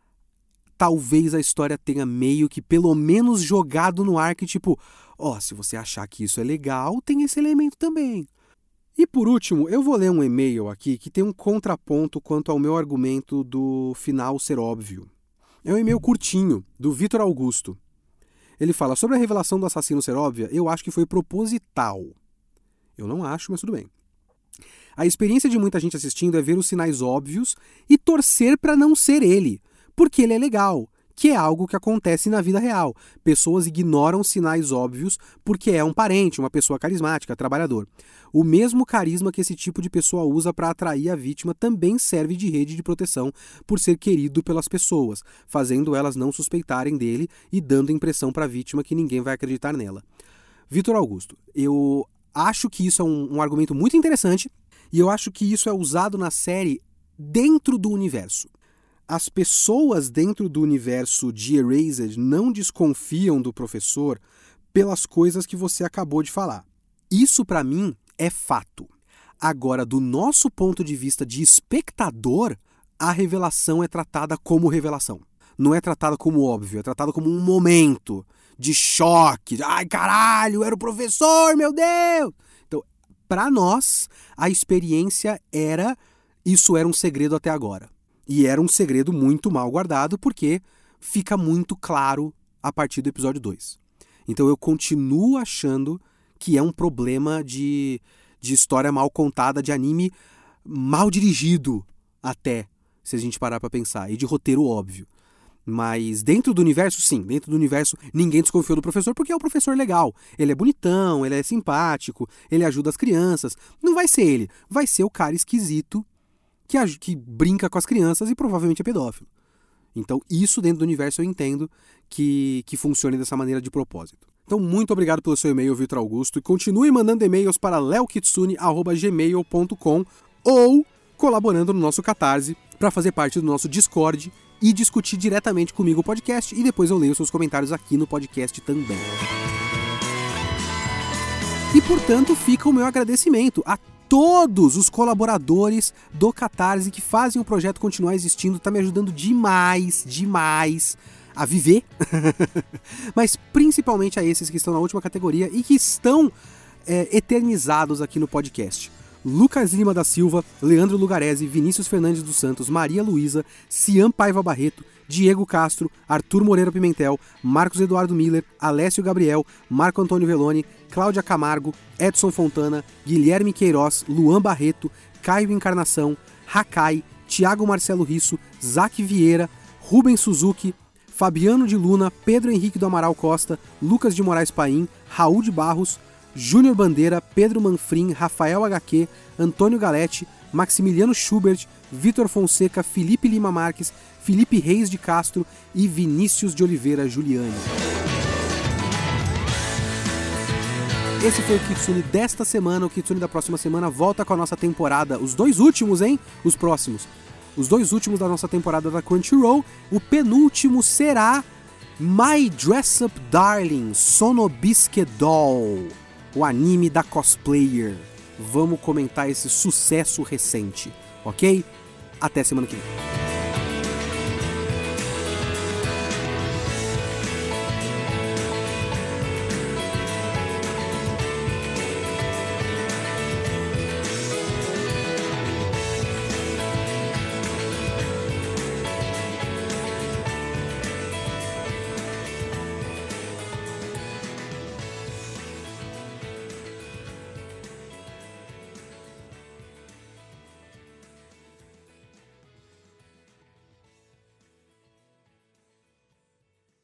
talvez a história tenha meio que pelo menos jogado no ar que, tipo, ó, oh, se você achar que isso é legal, tem esse elemento também. E por último, eu vou ler um e-mail aqui que tem um contraponto quanto ao meu argumento do final ser óbvio. É um e-mail curtinho, do Vitor Augusto. Ele fala, sobre a revelação do assassino ser óbvia, eu acho que foi proposital. Eu não acho, mas tudo bem. A experiência de muita gente assistindo é ver os sinais óbvios e torcer para não ser ele, porque ele é legal, que é algo que acontece na vida real. Pessoas ignoram sinais óbvios porque é um parente, uma pessoa carismática, trabalhador. O mesmo carisma que esse tipo de pessoa usa para atrair a vítima também serve de rede de proteção por ser querido pelas pessoas, fazendo elas não suspeitarem dele e dando a impressão para a vítima que ninguém vai acreditar nela. Vitor Augusto, eu acho que isso é um, um argumento muito interessante e eu acho que isso é usado na série dentro do universo. As pessoas dentro do universo de Erased não desconfiam do professor pelas coisas que você acabou de falar. Isso, para mim, é fato. Agora, do nosso ponto de vista de espectador, a revelação é tratada como revelação. Não é tratada como óbvio, é tratada como um momento de choque. De, ai, caralho, era o professor, meu Deus! Então, para nós, a experiência era... Isso era um segredo até agora. E era um segredo muito mal guardado, porque fica muito claro a partir do episódio dois. Então eu continuo achando que é um problema de, de história mal contada, de anime mal dirigido até, se a gente parar pra pensar, e de roteiro óbvio. Mas dentro do universo, sim, dentro do universo ninguém desconfiou do professor porque é um professor legal. Ele é bonitão, ele é simpático, ele ajuda as crianças. Não vai ser ele, vai ser o cara esquisito Que, que brinca com as crianças e provavelmente é pedófilo. Então, isso dentro do universo eu entendo que, que funcione dessa maneira de propósito. Então, muito obrigado pelo seu e-mail, Vitor Augusto, e continue mandando e-mails para leokitsune arroba gmail ponto com ou colaborando no nosso Catarse para fazer parte do nosso Discord e discutir diretamente comigo o podcast, e depois eu leio seus comentários aqui no podcast também. E, portanto, fica o meu agradecimento a todos os colaboradores do Catarse que fazem o projeto continuar existindo. Tá me ajudando demais, demais a viver. Mas principalmente a esses que estão na última categoria e que estão é, eternizados aqui no podcast. Lucas Lima da Silva, Leandro Lugarese, Vinícius Fernandes dos Santos, Maria Luísa, Cian Paiva Barreto, Diego Castro, Arthur Moreira Pimentel, Marcos Eduardo Miller, Alessio Gabriel, Marco Antônio Veloni, Cláudia Camargo, Edson Fontana, Guilherme Queiroz, Luan Barreto, Caio Encarnação, Hakai, Thiago Marcelo Risso, Zac Vieira, Rubens Suzuki, Fabiano de Luna, Pedro Henrique do Amaral Costa, Lucas de Moraes Paim, Raul de Barros, Júnior Bandeira, Pedro Manfrim, Rafael H Q, Antônio Galete, Maximiliano Schubert, Vitor Fonseca, Felipe Lima Marques, Felipe Reis de Castro e Vinícius de Oliveira Juliani. Esse foi o Kitsune desta semana. O Kitsune da próxima semana volta com a nossa temporada. Os dois últimos, hein? Os próximos. Os dois últimos da nossa temporada da Crunchyroll. O penúltimo será My Dress Up Darling, Sonobisuke Doll, o anime da cosplayer. Vamos comentar esse sucesso recente, ok? Até semana que vem.